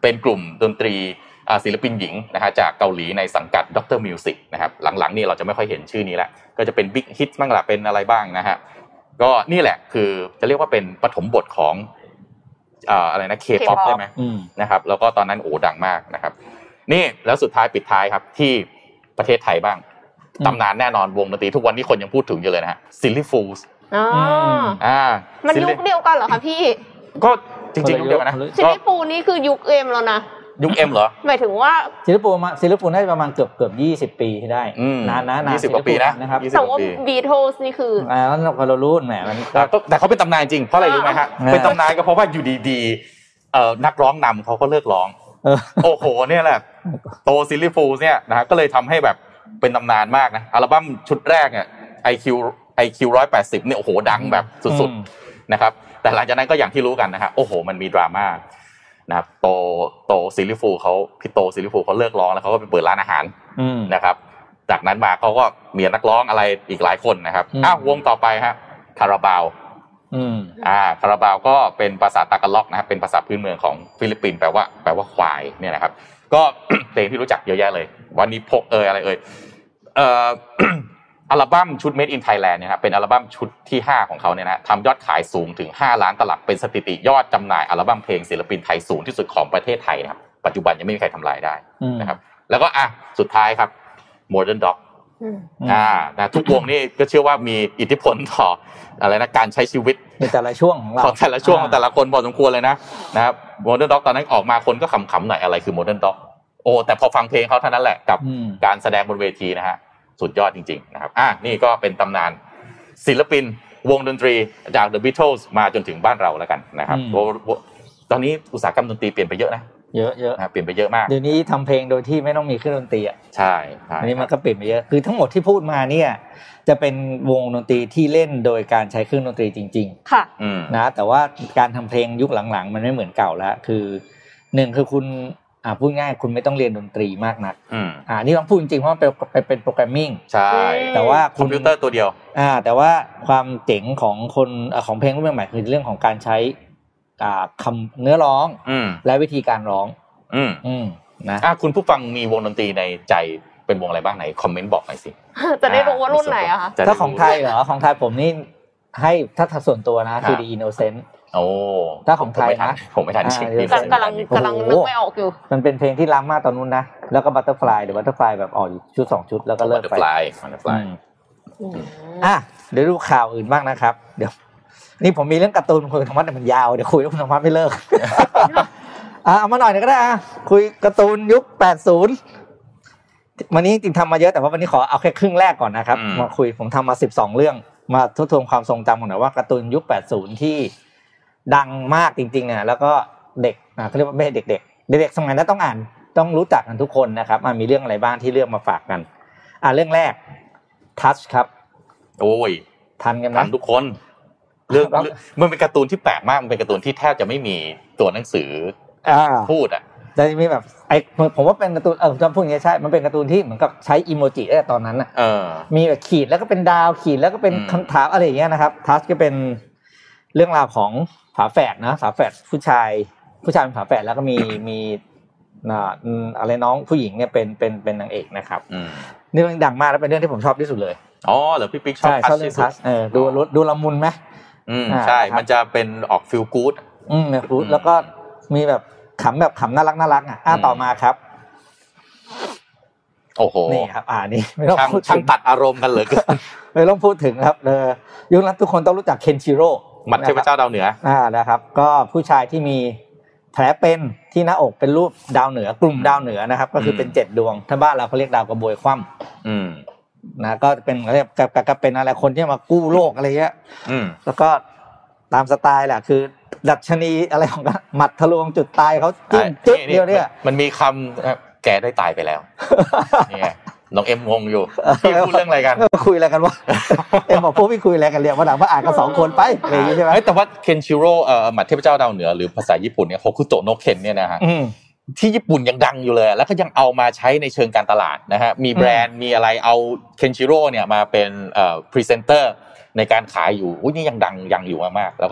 เป็นกลุ่มดนตรีศิลปินหญิงนะฮะจากเกาหลีในสังกัด Dr. Music นะครับหลังๆนี่เราจะไม่ค่อยเห็นชื่อนี้แล้วก็จะเป็น Big Hit บ้างล่ะเป็นอะไรบ้างนะฮะก็นี่แหละคือจะเรียกว่าเป็นปฐมบทของอะไรนะ K-pop ใช่มั้ยนะครับแล้วก็ตอนนั้นดังมากนะครับนี่แล้วสุดท้ายปิดท้ายครับที่ประเทศไทยบ้างตำนานแน่นอนวงดนตรีทุกวันนี้คนยังพูดถึงอยู่เลยนะฮะ Silly Fools มันยุคเดียวกันเหรอคะพี่ก็จริงๆยุคเดียวกันนะ Silly Fools นี่คือยุค M แล้วนะยุค M เหรอหมายถึงว่าศิลปูน่าจะประมาณเกือบ20ปีได้นานนะ 20กว่าปีนะครับแต่ว่า Beatles นี่คือแล้วเรารู้แหมมันแต่เขาเป็นตำนานจริงเพราะอะไรรู้มั้ยฮะเป็นตำนานก็เพราะว่าอยู่ดีๆนักร้องนำเขาก็เลิกร้องโอ้โหเนี่ยแหละโต Silly Fools เนี่ยนะฮะก็เลยทำให้แบบเป็นตำนานมากนะอัลบั้มชุดแรกเนี่ย IQ 180เนี่ยโอ้โหดังแบบสุดๆนะครับแต่หลังจากนั้นก็อย่างที่รู้กันนะฮะโอ้โหมันมีดราม่านะครับโตซิลลิฟูเขาพี่โตซิลลิฟูเขาเลิกร้องแล้วเขาก็ไปเปิดร้านอาหารนะครับจากนั้นมาเขาก็มีนักร้องอะไรอีกหลายคนนะครับวงต่อไปฮะคาราบาวคาราบาวก็เป็นภาษาตากาล็อกนะครับเป็นภาษาพื้นเมืองของฟิลิปปินส์แปลว่าควายเนี่ยนะครับก็เพลงที่รู้จักเยอะแยะเลยวันนี้พกอะไรอัลบั้มชุด Made in Thailand เนี่ยครับเป็นอัลบั้มชุดที่5ของเขาเนี่ยนะทำยอดขายสูงถึง5ล้านตลับเป็นสถิติยอดจำหน่ายอัลบั้มเพลงศิลปินไทยสูงที่สุดของประเทศไทยนะครับปัจจุบันยังไม่มีใครทำลายได้นะครับแล้วก็สุดท้ายครับ Modern Dog นะทุกวงนี่ก็เชื่อว่ามีอิทธิพลต่ออะไรนะการใช้ชีวิตในแต่ละช่วงของเราแต่ละช่วงของแต่ละคนพอสมควรเลยนะครับ Modern Dog ตอนนั้นออกมาคนก็ขำๆหน่อยอะไรคือ Modern Dog แต่พอฟังเพลงเขาเท่านั้นแหละกับการแสดงบนเวทีนะฮะสุดยอดจริงๆนะครับนี่ก็เป็นตำนานศิลปินวงดนตรีจาก The Beatles มาจนถึงบ้านเราแล้วกันนะครับตอนนี้อุตสาหกรรมดนตรีเปลี่ยนไปเยอะนะเยอะๆเปลี่ยนไปเยอะมากเดี๋ยวนี้ทำเพลงโดยที่ไม่ต้องมีเครื่องดนตรีใช่อันนี้มันก็เปลี่ยนไปเยอะคือทั้งหมดที่พูดมาเนี่ยจะเป็นวงดนตรีที่เล่นโดยการใช้เครื่องดนตรีจริงๆค่ะนะแต่ว่าการทำเพลงยุคหลังๆมันไม่เหมือนเก่าแล้วคือ1คือคุณพูดง่ายคุณไม่ต้องเรียนดนตรีมากนักนี่ต้องพูดจริงๆเพราะมันเป็นโปรแกรมมิ่งใช่แต่ว่าคอมพิวเตอร์ตัวเดียวแต่ว่าความเจ๋งของคนของเพลงรุ่นใหม่คือเรื่องของการใช้คำเนื้อร้องและวิธีการร้องนะคุณผู้ฟังมีวงดนตรีในใจเป็นวงอะไรบ้างไหนคอมเมนต์บอกหน่อยสิจะได้รู้ว่ารุ่นไหนอะคะถ้าของไทยเหรอของไทยผมนี่ให้ถ้าส่วนตัวนะคือ The Innocentถ้าของไทยนะผมไม่ทันจริงกำลังนึกไม่ออกอยู่มันเป็นเพลงที่ล้ำมากตอนนู้นนะแล้วก็ Butterfly หรือ Butterfly แบบออกชุด2ชุดแล้วก็เลิกไป Butterfly เดี๋ยวดูข่าวอื่นบ้างนะครับเดี๋ยวนี่ผมมีเรื่องการ์ตูนคุยกับธรรมะแต่มันยาวเดี๋ยวคุยกับธรรมะไม่เลิกเอามาหน่อยก็ได้คุยการ์ตูนยุค80วันนี้จริงทำมาเยอะแต่ว่าวันนี้ขอเอาแค่ครึ่งแรกก่อนนะครับมาคุยผมทำมา12เรื่องมาทบทวนความทรงจำกันหน่อยว่าการ์ตูนยุค80ที่ดังมากจริงๆเนี่ยแล้วก็เด็กเขาเรียกว่าไม่ใช่เด็กสมัยนั้นต้องอ่านต้องรู้จักกันทุกคนนะครับมีเรื่องอะไรบ้างที่เลือกมาฝากกันเรื่องแรก Touch ครับโอ้ยทันกันมั้ยทันทุกคนเรื่องมันเป็นการ์ตูนที่แปลกมากมันเป็นการ์ตูนที่แทบจะไม่มีตัวหนังสือพูดแต่มีแบบผมว่าเป็นการ์ตูนจำพูดอย่างนี้ใช่มันเป็นการ์ตูนที่เหมือนกับใช้อีโมจิได้ตอนนั้นมีแบบขีดแล้วก็เป็นดาวขีดแล้วก็เป็นคำถามอะไรอย่างเงี้ยนะครับ Touch ก็เป็นเรื่องราวของฝาแฝดนะฝาแฝดผู้ชายเป็นฝาแฝดแล้วก็มีอะไรน้องผู้หญิงเนี่ยเป็นนางเอกนะครับนี่เรื่องดังมากแล้วเป็นเรื่องที่ผมชอบที่สุดเลยเหรอพี่ปิ๊กชอบที่สุดดูละมุนมั้ยใช่มันจะเป็นออกฟีลกู๊ดแล้วก็มีแบบขำน่ารักต่อมาครับโอ้โหนี่ครับนี่ไม่ต้องพูดช่างตัดอารมณ์กันเลยไม่ต้องพูดถึงครับยุคนั้นทุกคนต้องรู้จักเคนชิโร่หมัดเทพเจ้าดาวเหนือนะครับก็ผู้ชายที่มีแผลเป็นที่หน้าอกเป็นรูปดาวเหนือกลุ่มดาวเหนือนะครับก็คือเป็น7ดวงถ้าบ้านเราเขาเรียกดาวกระบวยคว่ำนะก็เป็นเรียกกับเป็นอะไรคนที่มากู้โลกอะไรเงี้ยแล้วก็ตามสไตล์แหละคือดัชนีอะไรของหมัดทะลวงจุดตายเขาจิ้มจึ๊กเดียวเนี่ยมันมีคำแกได้ตายไปแล้วนี่น้องเอ็มงงอยู่พี่พูดเรื่องอะไรกันคุยอะไรกันวะเอ็มบอกพวกพี่คุยอะไรกันเรียกว่าหนังว่าอ่านกัน2คนไปอะไรอย่างงี้ใช่มั้ยแต่ว่าเคนชิโร่หมัดเทพเจ้าดาวเหนือหรือภาษาญี่ปุ่นเนี่ยโฮคุโตะโนะเคนเนี่ยนะฮะที่ญี่ปุ่นยังดังอยู่เลยแล้วก็ยังเอามาใช้ในเชิงการตลาดนะฮะมีแบรนด์มีอะไรเอาเคนชิโร่เนี่ยมาเป็นพรีเซนเตอร์ในการขายอยู่นี่ยังดังยังอยู่มากๆแล้วก็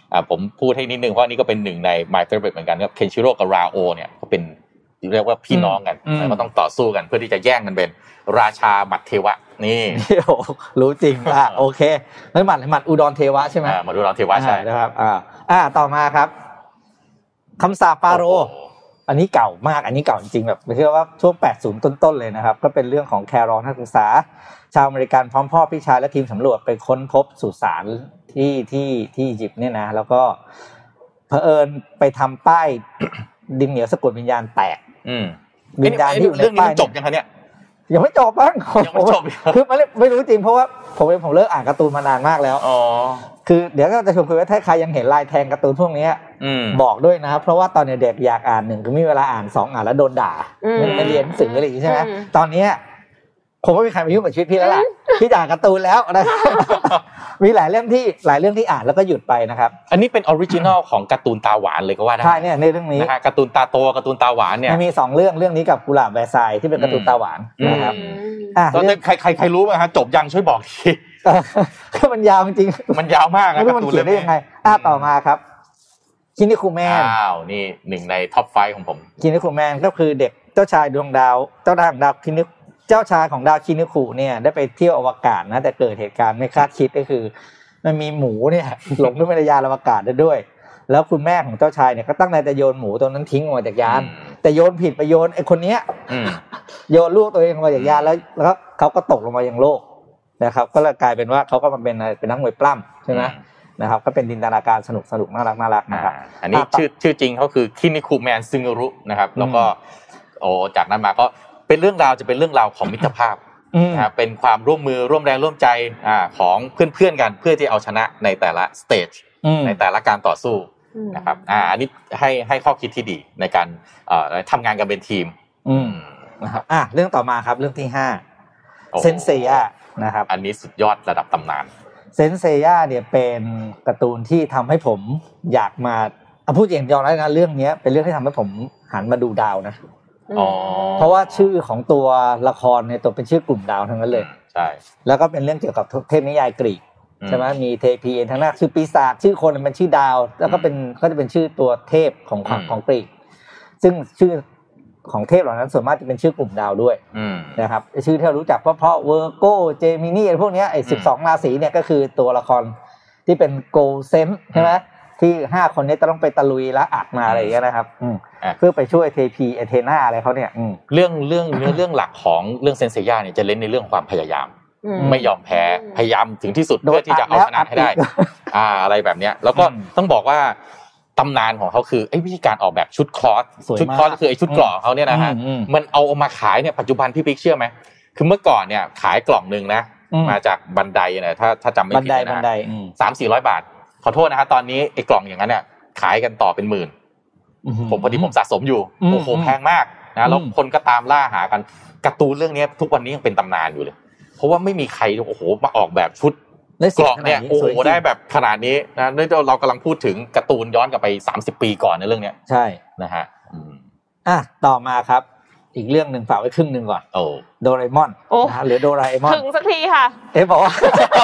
ผมพูดให้นิดนึงเพราะนี่ก็เป็นหนึ่งใน My Favorite เหมือนกันครับเคนชิโร่กับราโอเนี่ยก็เป็นเรียกว่าพี่น้องกันแล้วก็ต้องต่อสู้กันเพื่อที่จะแย่งกันเป็นราชาหมัดเทวะนี่รู้จริงโอเคแล้วหมัดอุดรเทวะใช่ไหมหมัดอุดรเทวะใช่นะครับต่อมาครับคำสาปฟาโรห์อันนี้เก่ามากอันนี้เก่าจริงๆแบบไม่เชื่อว่าช่วง80ต้นๆเลยนะครับก็เป็นเรื่องของแครอลนักศึกษาชาวอเมริกันพร้อมพ่อพี่ชายและทีมสำรวจไปค้นพบสุสานที่อียิปต์เนี่ยนะแล้วก็เผอิญไปทำป้ายดินเหนียวสะกดวิญญาณแตกวิญญาณที่อยู่ในป้ายจบยังคะเนี่ยยังไม่จบบ้างยังไม่จบคือไม่รู้จริงเพราะว่าผมเลิกอ่านการ์ตูนมานานมากแล้วคือเดี๋ยวก็จะชวนคุยว่าถ้าใครยังเห็นลายแทงการ์ตูนพวกนี้บอกด้วยนะครับเพราะว่าตอนเด็กอยากอ่าน1คือมีเวลาอ่าน2อ่านแล้วโดนด่าไม่เรียนหนังสืออะไรอย่างงี้ใช่ไหมตอนนี้คงไม่มีใครมายุ่งกับชีวิตพี่แล้วล่ะพี่อ่านการ์ตูนแล้วนะมีหลายเรื่องที่อ่านแล้วก็หยุดไปนะครับอันนี้เป็นออริจินอลของการ์ตูนตาหวานเลยก็ว่าได้ใช่เนี่ยในเรื่องนี้นะฮะการ์ตูนตาโตการ์ตูนตาหวานเนี่ยมี2เรื่องนี้กับกุหลาบแวร์ซายที่เป็นการ์ตูนตาหวานนะครับตอนนี้ใครรู้มั้ยฮะจบยังช่วยบอกทีก็มันยาวจริงมันยาวมากนะการ์ตูนเรื่องนี้ได้ยังไงต่อมาครับคินิคุแมนนี่1ในท็อป5ของผมคินิคุแมนก็คือเด็กเจ้าชายดวงดาวเจ้าดาวคินิเจ้าชายของดาวคินิคุเนี่ยได้ไปเที่ยวอวกาศนะแต่เกิดเหตุการณ์ไม่คาดคิดก็คือมันมีหมูเนี่ยหลงด้วยยานอวกาศได้ด้วยแล้วคุณแม่ของเจ้าชายเนี่ยก็ตั้งใจจะโยนหมูตัวนั้นทิ้งออกมาจากยานแต่โยนผิดไปโยนไอ้คนเนี้ยโยนลูกตัวเองออกมาจากยานแล้วเขาก็ตกลงมายังโลกนะครับก็เลยกลายเป็นว่าเขาก็มาเป็นนักมวยปล้ำใช่ไหมนะครับก็เป็นจินตนาการสนุกน่ารักนะครับอันนี้ชื่อจริงเขาคือคินิคุแมนซึงรุนะครับแล้วก็จากนั้นมาก็เป็นเรื่องราวจะเป็นเรื่องราวของมิตรภาพนะครับเป็นความร่วมมือร่วมแรงร่วมใจของเพื่อนๆกันเพื่อที่เอาชนะในแต่ละสเตจในแต่ละการต่อสู้นะครับอันนี้ให้ข้อคิดที่ดีในการทำงานกันเป็นทีมนะครับเรื่องต่อมาครับเรื่องที่5เซนเซียนะครับอันนี้สุดยอดระดับตำนานเซนเซียเนี่ยเป็นการ์ตูนที่ทำให้ผมอยากมาพูดอย่างยอมรับนะเรื่องนี้เป็นเรื่องที่ทำให้ผมหันมาดูดาวนะเพราะว่าชื่อของตัวละครเนี่ยตัวเป็นชื่อกลุ่มดาวทั้งนั้นเลยใช่แล้วก็เป็นเรื่องเกี่ยวกับเทพนิยายกรีกใช่ไหมมีเทพีทั้งนั้นชื่อปีศาจชื่อคนเป็นชื่อดาวแล้วก็จะเป็นชื่อตัวเทพของกรีกซึ่งชื่อของเทพเหล่านั้นส่วนมากจะเป็นชื่อกลุ่มดาวด้วยนะครับชื่อที่เรารู้จักเพราะเวอร์โกเจมินีพวกนี้ไอ้12ราศีเนี่ยก็คือตัวละครที่เป็นโกเซนใช่ไหมที่5คนนี้ต้องไปตะลุยละอัดมาอะไรอย่างเงี้ยนะครับเพื่อไปช่วยเทพีเอเธนาอะไรเขาเนี่ยเรื่องหลักของเรื่องเซนเซียเนี่ยจะเล่นในเรื่องความพยายามไม่ยอมแพ้พยายามถึงที่สุดเพื่อที่จะเอาชนะให้ได้อะไรแบบเนี้ยแล้วก็ต้องบอกว่าตำนานของเขาคือไอ้วิธีการออกแบบชุดคลอสก็คือไอ้ชุดกรอกเขาเนี่ยนะฮะมันเอามาขายเนี่ยปัจจุบันพี่ปิ๊กเชื่อไหมคือเมื่อก่อนเนี่ยขายกล่องนึงนะมาจากบันไดเนี่ยถ้าจำไม่ผิดนะ300-400 บาทขอโทษนะฮะตอนนี้ไอ้กล่องอย่างนั้นเนี่ยขายกันต่อเป็นหมื่นผมพอดีผมสะสมอยู่โอ้โหแพงมากนะแล้วคนก็ตามล่าหากันการ์ตูนเรื่องนี้ทุกวันนี้ยังเป็นตำนานอยู่เลยเพราะว่าไม่มีใครโอ้โหมาออกแบบชุดกล่องเนี่ยโอ้โหได้แบบขนาดนี้นะเรากำลังพูดถึงการ์ตูนย้อนกลับไป30 ปีก่อนในเรื่องนี้ใช่นะฮะต่อมาครับอีกเรื่องนึงฝากไว้ครึ่งนึงก่อนโดราเอมอนนะหรือโดราเอมอนถึงสักทีค่ะบอกว่า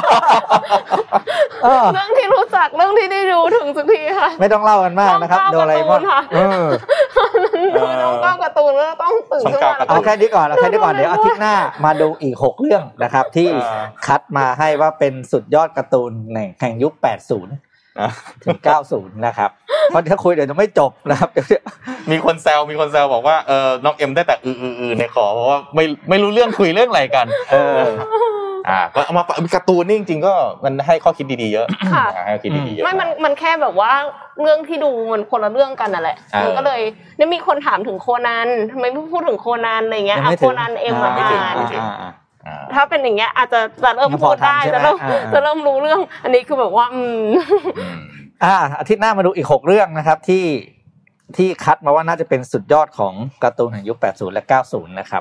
เรื่องที่รู้จักเรื่องที่ได้ดูถึงสักทีค่ะไม่ต้องเล่ากันมากนะครับโดราเอมอนน้องก้าวการ์ตูนก็ต้องตื่นขึ้นมาเอาแค่นี้ก่อนเดี๋ยวอาทิตย์หน้ามาดูอีก6เรื่องนะครับที่คัดมาให้ว่าเป็นสุดยอดการ์ตูนแห่งยุค80ถึง90นะครับเพราะถ้าคุยเดี๋ยวจะไม่จบนะครับมีคนแซวบอกว่าน้องเอ็มได้แต่ในคอเพราะว่าไม่รู้เรื่องคุยเรื่องอะไรกันก็เอามาการ์ตูนนี่จริงๆก็มันให้ข้อคิดดีๆเยอะให้ข้อคิดดีๆเยอะไม่มันแค่แบบว่าเรื่องที่ดูมันคนละเรื่องกันน่ะแหละมันก็เลยเนี่ยมีคนถามถึงโคนันทำไมไม่พูดถึงโคนันอะไรเงี้ยโคนันเอ็มอ่านถ้าเป็นอย่างเงี้ยอาจจะเริ่มพูดได้จะเริ่มรู้เรื่องอันนี้คือแบบว่าอาทิตย์หน้ามาดูอีก6เรื่องนะครับที่คัดมาว่าน่าจะเป็นสุดยอดของการ์ตูนแห่งยุค80และ90นะครับ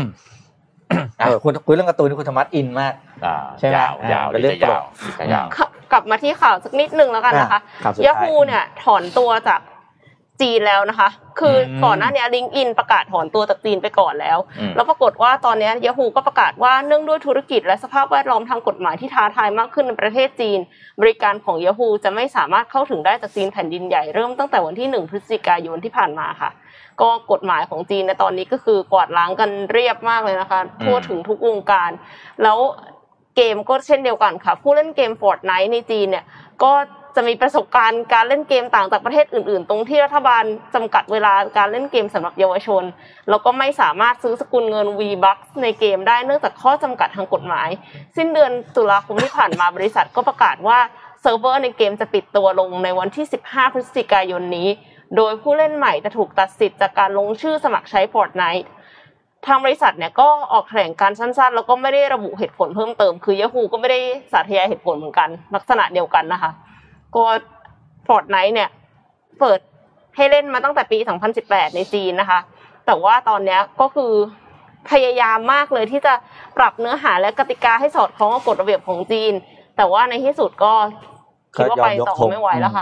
คุณเรื่องการ์ตูนคุณธรรมะอินมากใช่มั้ยยาวเป็นเรื่องยาวกลับมาที่ข่าวสักนิดนึงแล้วกันนะคะ Yahoo เนี่ยถอนตัวจีนแล้วนะคะคือก่อนหน้านี้ LinkedIn ประกาศถอนตัวจากจีนไปก่อนแล้วแล้วปรากฏว่าตอนนี้ Yahoo ก็ประกาศว่าเนื่องด้วยธุรกิจและสภาพแวดล้อมทางกฎหมายที่ท้าทายมากขึ้นในประเทศจีนบริการของ Yahoo จะไม่สามารถเข้าถึงได้จากจีนแผ่นดินใหญ่เริ่มตั้งแต่วันที่1พฤศจิกายนที่ผ่านมาค่ะก็กฎหมายของจีนในตอนนี้ก็คือกวาดล้างกันเรียบมากเลยนะคะทั่วถึงทุกวงการแล้วเกมก็เช่นเดียวกันค่ะผู้เล่นเกม Fortnite ในจีนเนี่ยก็จะมีประสบการณ์การเล่นเกมต่างจากประเทศอื่นๆตรงที่รัฐบาลจำกัดเวลาการเล่นเกมสำหรับเยาวชนแล้วก็ไม่สามารถซื้อสกุลเงิน V-Bucks ในเกมได้เนื่องจากข้อจำกัดทางกฎหมายสิ้นเดือนตุลาคมที่ผ่านมาบริษัทก็ประกาศว่าเซิร์ฟเวอร์ในเกมจะปิดตัวลงในวันที่15พฤศจิกายนนี้โดยผู้เล่นใหม่จะถูกตัดสิทธิ์จากการลงชื่อสมัครใช้ Fortnite ทางบริษัทเนี่ยก็ออกแถลงการสั้นๆแล้วก็ไม่ได้ระบุเหตุผลเพิ่มเติมคือ Yahoo ก็ไม่ได้สาธยายเหตุผลเหมือนกันลักษณะเดียวกันนะคะก็Fortnite เนี่ยเปิดให้เล่นมาตั้งแต่ปี2018ในจีนนะคะแต่ว่าตอนนี้ก็คือพยายามมากเลยที่จะปรับเนื้อหาและกติกาให้สอดคล้องกับกฎระเบียบของจีนแต่ว่าในที่สุดก็คิดว่าไปต่อไม่ไหวแล้วค่ะ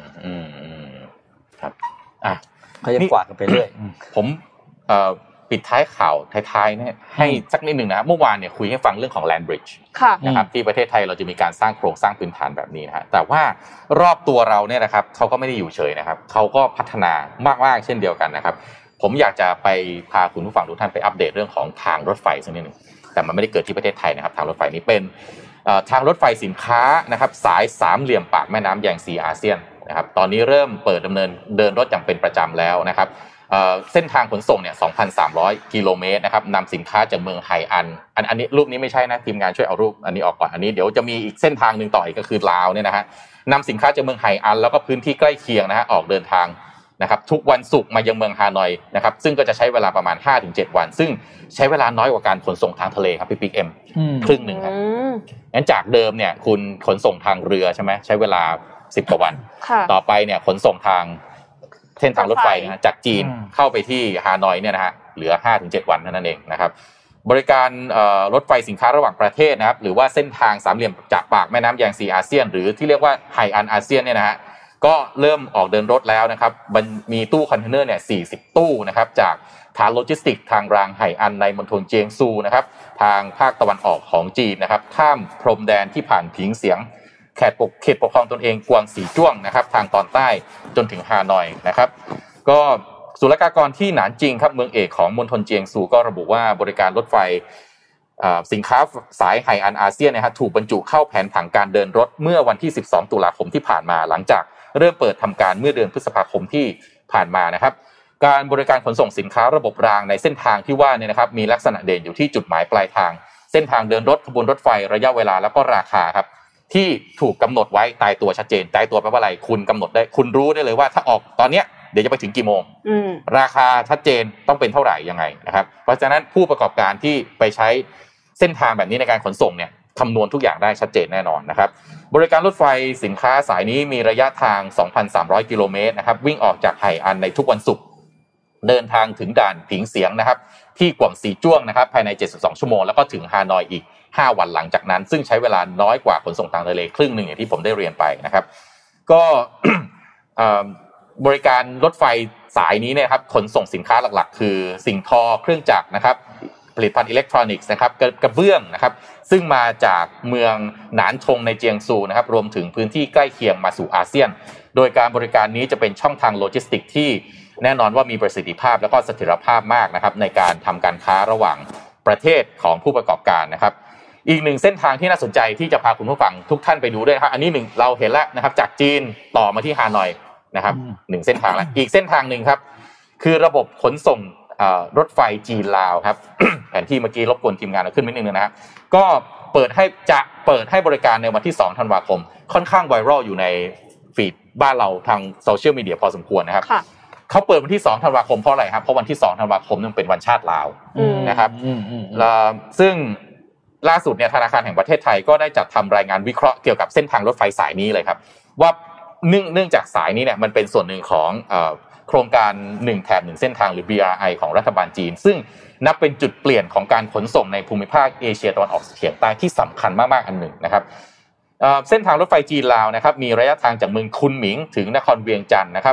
ครับเขาจะกวาดกันไปเรื่อยผมปิดท้ายข่าวท้ายๆเนี่ยให้สักนิดนึงนะเมื่อวานเนี่ยคุยให้ฟังเรื่องของ Land Bridge นะครับที่ประเทศไทยเราจะมีการสร้างโครงสร้างพื้นฐานแบบนี้นะฮะแต่ว่ารอบตัวเราเนี่ยนะครับเขาก็ไม่ได้อยู่เฉยนะครับเขาก็พัฒนามากๆเช่นเดียวกันนะครับผมอยากจะไปพาคุณผู้ฟังทุกท่านไปอัปเดตเรื่องของทางรถไฟสักนิดนึงแต่มันไม่ได้เกิดที่ประเทศไทยนะครับทางรถไฟนี้เป็นทางรถไฟสินค้านะครับสายสามเหลี่ยมปากแม่น้ำแยงซีอาเซียนนะครับตอนนี้เริ่มเปิดดำเนินเดินรถอย่างเป็นประจำแล้วนะครับเส้นทางขนส่งเนี่ย 2,300 กิโลเมตรนะครับนำสินค้าจากเมืองไฮอันนี้รูปนี้ไม่ใช่นะทีมงานช่วยเอารูปอันนี้ออกก่อนอันนี้เดี๋ยวจะมีอีกเส้นทางนึงต่ออีกก็คือลาวเนี่ยนะฮะนำสินค้าจากเมืองไฮแล้วก็พื้นที่ใกล้เคียงนะฮะออกเดินทางนะครับทุกวันศุกร์มายังเมืองฮานอยนะครับซึ่งก็จะใช้เวลาประมาณ 5-7 วันซึ่งใช้เวลาน้อยกว่าการขนส่งทางทะเลครับพี่ปิ๊กครึ่งนึงครับงั้นจากเดิมเนี่ยคุณขนส่งทางเรือใช่มั้ยใช้เวลา10กว่าวันต่อไปเนี่ยขนส่งทางเส้นทางรถไฟนะจากจีนเข้าไปที่ฮานอยเนี่ยนะฮะเหลือ 5-7 วันเท่านั้นเองนะครับบริการรถไฟสินค้าระหว่างประเทศนะครับหรือว่าเส้นทางสามเหลี่ยมจากปากแม่น้ำแยงซีอาเซียนหรือที่เรียกว่าไฮอันอาเซียนเนี่ยนะฮะก็เริ่มออกเดินรถแล้วนะครับมีตู้คอนเทนเนอร์เนี่ย40ตู้นะครับจากฐานโลจิสติกทางรางไฮอันในมณฑลเจียงซูนะครับทางภาคตะวันออกของจีนนะครับข้ามพรมแดนที่ผ่านผิงเสียงเขตปกครองตนเองกวางสีจ้วงนะครับทางตอนใต้จนถึงฮานอยนะครับก็ศุลกากรที่หนานจิงครับเมืองเอกของมณฑลเจียงซูก็ระบุว่าบริการรถไฟสินค้าสายไฮอันอาเซียนนะครับถูกบรรจุเข้าแผนผังการเดินรถเมื่อวันที่12ตุลาคมที่ผ่านมาหลังจากเริ่มเปิดทำการเมื่อเดือนพฤษภาคมที่ผ่านมานะครับการบริการขนส่งสินค้าระบบรางในเส้นทางที่ว่าเนี่ยนะครับมีลักษณะเด่นอยู่ที่จุดหมายปลายทางเส้นทางเดินรถขบวนรถไฟระยะเวลาแล้วก็ราคาครับที่ถูกกำหนดไว้ตายตัวชัดเจนตายตัวแปลว่าอะไรคุณกำหนดได้คุณรู้ได้เลยว่าถ้าออกตอนเนี้ยเดี๋ยวจะไปถึงกี่โมงราคาชัดเจนต้องเป็นเท่าไหร่ยังไงนะครับเพราะฉะนั้นผู้ประกอบการที่ไปใช้เส้นทางแบบนี้ในการขนส่งเนี่ยคำนวณทุกอย่างได้ชัดเจนแน่นอนนะครับบริการรถไฟสินค้าสายนี้มีระยะทาง 2,300 กิโลเมตรนะครับวิ่งออกจากไฮอันในทุกวันศุกร์เดินทางถึงด่านผิงเสียงนะครับที่กวางสีจ้วงนะครับภายใน72ชั่วโมงแล้วก็ถึงฮานอยอีก5วันหลังจากนั้นซึ่งใช้เวลาน้อยกว่าขนส่งทางทะเลครึ่งนึงอย่างที่ผมได้เรียนไปนะครับก็ บริการรถไฟสายนี้เนี่ยครับขนส่งสินค้าหลักๆคือสิ่งทอเครื่องจักรนะครับผลิตภัณฑ์อิเล็กทรอนิกส์นะครับกระเบื้องนะครับซึ่งมาจากเมืองหนานชงในเจียงซูนะครับรวมถึงพื้นที่ใกล้เคียงมาสู่อาเซียนโดยการบริการนี้จะเป็นช่องทางโลจิสติกที่แน่นอนว่ามีประสิทธิภาพและก็เสถียรภาพมากนะครับในการทำการค้าระหว่างประเทศของผู้ประกอบการนะครับอีกหนึ่งเส้นทางที่น่าสนใจที่จะพาคุณผู้ฟังทุกท่านไปดูด้วยครับอันนี้1เราเห็นแล้วนะครับจากจีนต่อมาที่ฮานอยนะครับ1เส้นทางแล้วอีกเส้นทางนึงครับคือระบบขนส่งรถไฟจีนลาวครับ แผนที่เมื่อกี้รบกวนทีมงานเอาขึ้นนิดนึงนะฮะก็เปิดให้บริการในวันที่2ธันวาคมค่อนข้างไวรัลอยู่ในฟีดบ้านเราทางโซเชียลมีเดียพอสมควรนะครับเขาเปิดวันที่2ธันวาคมเพราะอะไรครับเพราะวันที่2ธันวาคมนั้นเป็นวันชาติลาวนะครับซึ่งล่าสุดเนี่ยธนาคารแห่งประเทศไทยก็ได้จัดทำรายงานวิเคราะห์เกี่ยวกับเส้นทางรถไฟสายนี้เลยครับว่าเนื่องจากสายนี้เนี่ยมันเป็นส่วนหนึ่งของโครงการ1แถบ1เส้นทางหรือ BRI ของรัฐบาลจีนซึ่งนับเป็นจุดเปลี่ยนของการขนส่งในภูมิภาคเอเชียตะวันออกเฉียงใต้ที่สำคัญมากๆอันหนึ่งนะครับเส้นทางรถไฟจีนลาวนะครับมีระยะทางจากเมืองคุนหมิงถึงนครเวียงจันทร์นะครับ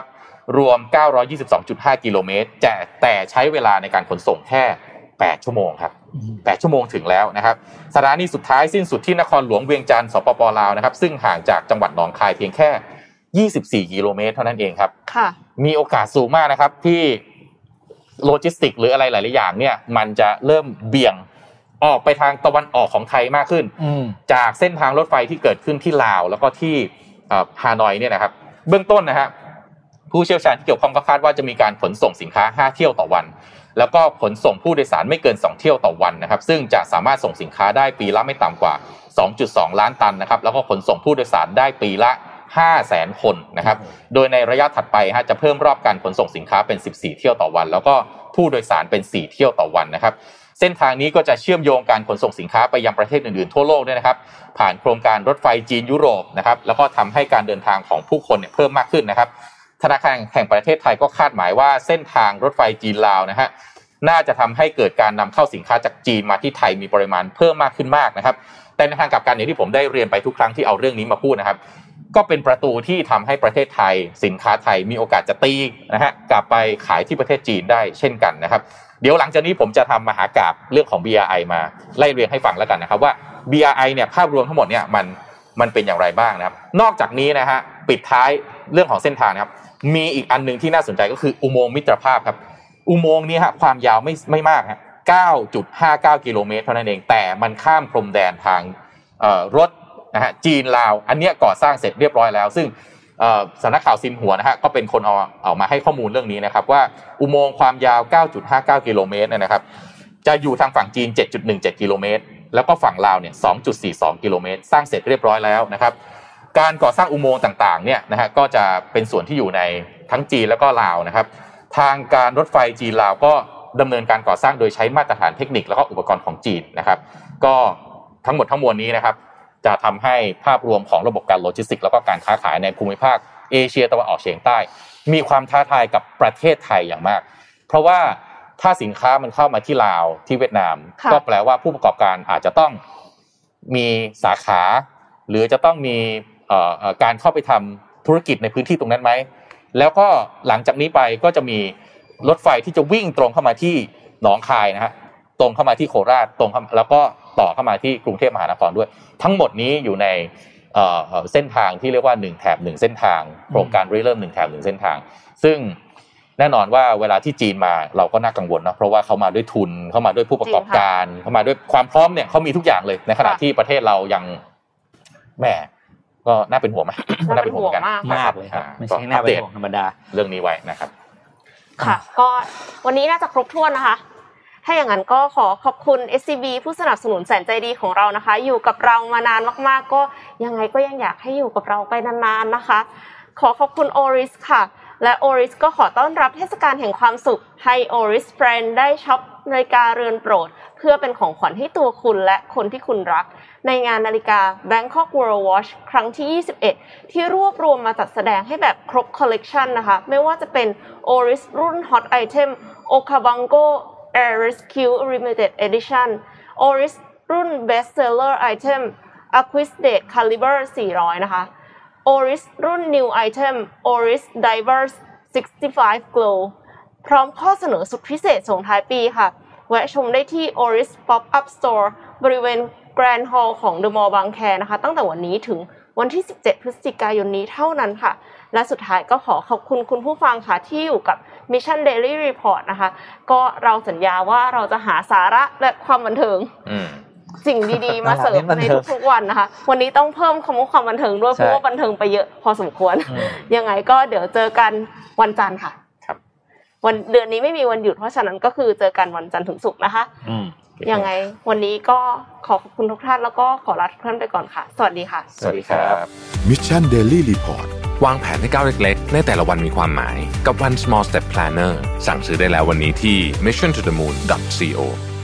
รวม 922.5 กิโลเมตรแต่ใช้เวลาในการขนส่งแค่8ชั่วโมงครับ8ชั่วโมงถึงแล้วนะครับสถานีสุดท้ายสิ้นสุดที่นครหลวงเวียงจันทร์สปป.ลาวนะครับซึ่งห่างจากจังหวัดหนองคายเพียงแค่24กิโลเมตรเท่านั้นเองครับค่ะมีโอกาสสูงมากนะครับที่โลจิสติกหรืออะไรหลายๆอย่างเนี่ยมันจะเริ่มเบี่ยงออกไปทางตะวันออกของไทยมากขึ้นจากเส้นทางรถไฟที่เกิดขึ้นที่ลาวแล้วก็ที่ฮานอยเนี่ยนะครับเบื้องต้นนะฮะผู้เชี่ยวชาญที่เกี่ยวข้องก็คาดว่าจะมีการขนส่งสินค้า5เที่ยวต่อวันแล้วก็ขนส่งผู้โดยสารไม่เกิน2เที่ยวต่อวันนะครับซึ่งจะสามารถส่งสินค้าได้ปีละไม่ต่ำกว่า 2.2 ล้านตันนะครับแล้วก็ขนส่งผู้โดยสารได้ปีละ500,000 คนนะครับโดยในระยะถัดไปจะเพิ่มรอบการขนส่งสินค้าเป็น14เที่ยวต่อวันแล้วก็ผู้โดยสารเป็น4เที่ยวต่อวันนะครับเส้นทางนี้ก็จะเชื่อมโยงการขนส่งสินค้าไปยังประเทศอื่นๆทั่วโลกด้วยนะครับผ่านโครงการรถไฟจีนยุโรปนะครับแล้วก็ทำให้การเดินทางของผู้คนเนี่ยเพิ่มมากขึ้นนะครับธนาคารแห่งประเทศไทยก็คาดหมายว่าเส้นทางรถไฟจีนลาวนะฮะน่าจะทำให้เกิดการนำเข้าสินค้าจากจีนมาที่ไทยมีปริมาณเพิ่มมากขึ้นมากนะครับแต่ในทางกลับกันอย่างที่ผมได้เรียนไปทุกครั้งที่เอาเรื่องนี้มาพูดนะครับก็เป็นประตูที่ทำให้ประเทศไทยสินค้าไทยมีโอกาสจะตีนะฮะกลับไปขายที่ประเทศจีนได้เช่นกันนะครับเดี๋ยวหลังจากนี้ผมจะทำมหากาพย์เรื่องของ BRI มาไล่เรียงให้ฟังแล้วกันนะครับว่า BRI เนี่ยภาพรวมทั้งหมดเนี่ยมันเป็นอย่างไรบ้างนะครับนอกจากนี้นะฮะปิดท้ายเรื่องของเส้นทางนะครับมีอีกอันนึงที่น่าสนใจก็คืออุโมงค์มิตรภาพครับอุโมงค์นี้ฮะความยาวไม่มากฮะ 9.59 กิโลเมตรเท่านั้นเองแต่มันข้ามพรมแดนทางรถนะฮะจีนลาวอันเนี้ยก่อสร้างเสร็จเรียบร้อยแล้วซึ่งสำนักข่าวซินหัวนะฮะก็เป็นคนเอามาให้ข้อมูลเรื่องนี้นะครับว่าอุโมงค์ความยาว 9.59 กิโลเมตรเนี่ยนะครับจะอยู่ทางฝั่งจีน 7.17 กิโลเมตรแล้วก็ฝั่งลาวเนี่ย 2.42 กิโลเมตรสร้างเสร็จเรียบร้อยแล้วนะครับการก่อสร้างอุโมงค์ต่างๆเนี่ยนะฮะก็จะเป็นส่วนที่อยู่ในทั้งจีนแล้วก็ลาวนะครับทางการรถไฟจีนลาวก็ดำเนินการก่อสร้างโดยใช้มาตรฐานเทคนิคแล้วก็อุปกรณ์ของจีนนะครับก็ทั้งหมดทั้งมวลนี้นะครับจะทำให้ภาพรวมของระบบการโลจิสติกส์แล้วก็การค้าขายในภูมิภาคเอเชียตะวันออกเฉียงใต้มีความท้าทายกับประเทศไทยอย่างมากเพราะว่าถ้าสินค้ามันเข้ามาที่ลาวที่เวียดนามก็แปลว่าผู้ประกอบการอาจจะต้องมีสาขาหรือจะต้องมีการเข้าไปทำธุรกิจในพื้นที่ตรงนั้นไหมแล้วก็หลังจากนี้ไปก็จะมีรถไฟที่จะวิ่งตรงเข้ามาที่หนองคายนะฮะตรงเข้ามาที่โคราชตรงแล้วก็ต่อเข้ามาที่กรุงเทพมหานครด้วยทั้งหมดนี้อยู่ในเส้นทางที่เรียกว่า1แถบ1เส้นทางโครงการเริ่ม1แถบ1เส้นทางซึ่งแน่นอนว่าเวลาที่จีนมาเราก็น่ากังวลนะเพราะว่าเขามาด้วยทุนเขามาด้วยผู้ประกอบการเขามาด้วยความพร้อมเนี่ยเขามีทุกอย่างเลยในขณะที่ประเทศเรายังแหมก็น่าเป็นห่วงมั้ยน่าเป็นห่วงกันมากเลยครับไม่ใช่น่าเป็นห่วงธรรมดาเรื่องนี้ไว้นะครับค่ะก็วันนี้น่าจะครบถ้วนนะคะถ้าอย่างนั้นก็ขอขอบคุณ SCB ผู้สนับสนุนแสนใจดีของเรานะคะอยู่กับเรามานานมากๆก็ยังไงก็ยังอยากให้อยู่กับเราไปนานๆนะคะขอขอบคุณ Oris ค่ะและ Oris ก็ขอต้อนรับเทศกาลแห่งความสุขให้ Oris Friend ได้ช็อปนาฬิกาเรือนโปรดเพื่อเป็นของขวัญให้ตัวคุณและคนที่คุณรักในงานนาฬิกา Bangkok World Watch ครั้งที่21ที่รวบรวมมาจัดแสดงให้แบบครบคอลเลกชันนะคะไม่ว่าจะเป็น Oris รุ่น Hot Item Okavango Air Rescue Limited Edition Oris รุ่น Best Seller Item Acquisite Caliber 400นะคะ Oris รุ่น New Item Oris Divers 65 Glow พร้อมข้อเสนอสุดพิเศษส่งท้ายปีค่ะแวะชมได้ที่ Oris Pop-up Store บริเวณ Grand Hall ของ The Mall บางแคนะคะตั้งแต่วันนี้ถึงวันที่17พฤศจิกายนนี้เท่านั้นค่ะและสุดท้ายก็ขอขอบคุณคุณผู้ฟังค่ะที่อยู่กับ Mission Daily Report นะคะก็เราสัญญาว่าเราจะหาสาระและความบันเทิงสิ่งดีๆมาเสิร์ฟในทุกๆวันนะคะวันนี้ต้องเพิ่มคำว่าความบันเทิงด้วยเพราะว่าบันเทิงไปเยอะพอสมควรยังไงก็เดี๋ยวเจอกันวันจันทร์ค่ะครับวันเดือนนี้ไม่มีวันหยุดเพราะฉะนั้นก็คือเจอกันวันจันทร์ถึงศุกร์นะคะยังไงวันนี้ก็ขอขอบคุณทุกท่านแล้วก็ขอลาทุกท่านไปก่อนค่ะสวัสดีค่ะสวัสดีครับ Mission Daily Report วางแผนให้ก้าวเล็กๆในแต่ละวันมีความหมายกับ One Small Step Planner สั่งซื้อได้แล้ววันนี้ที่ missiontothemoon.co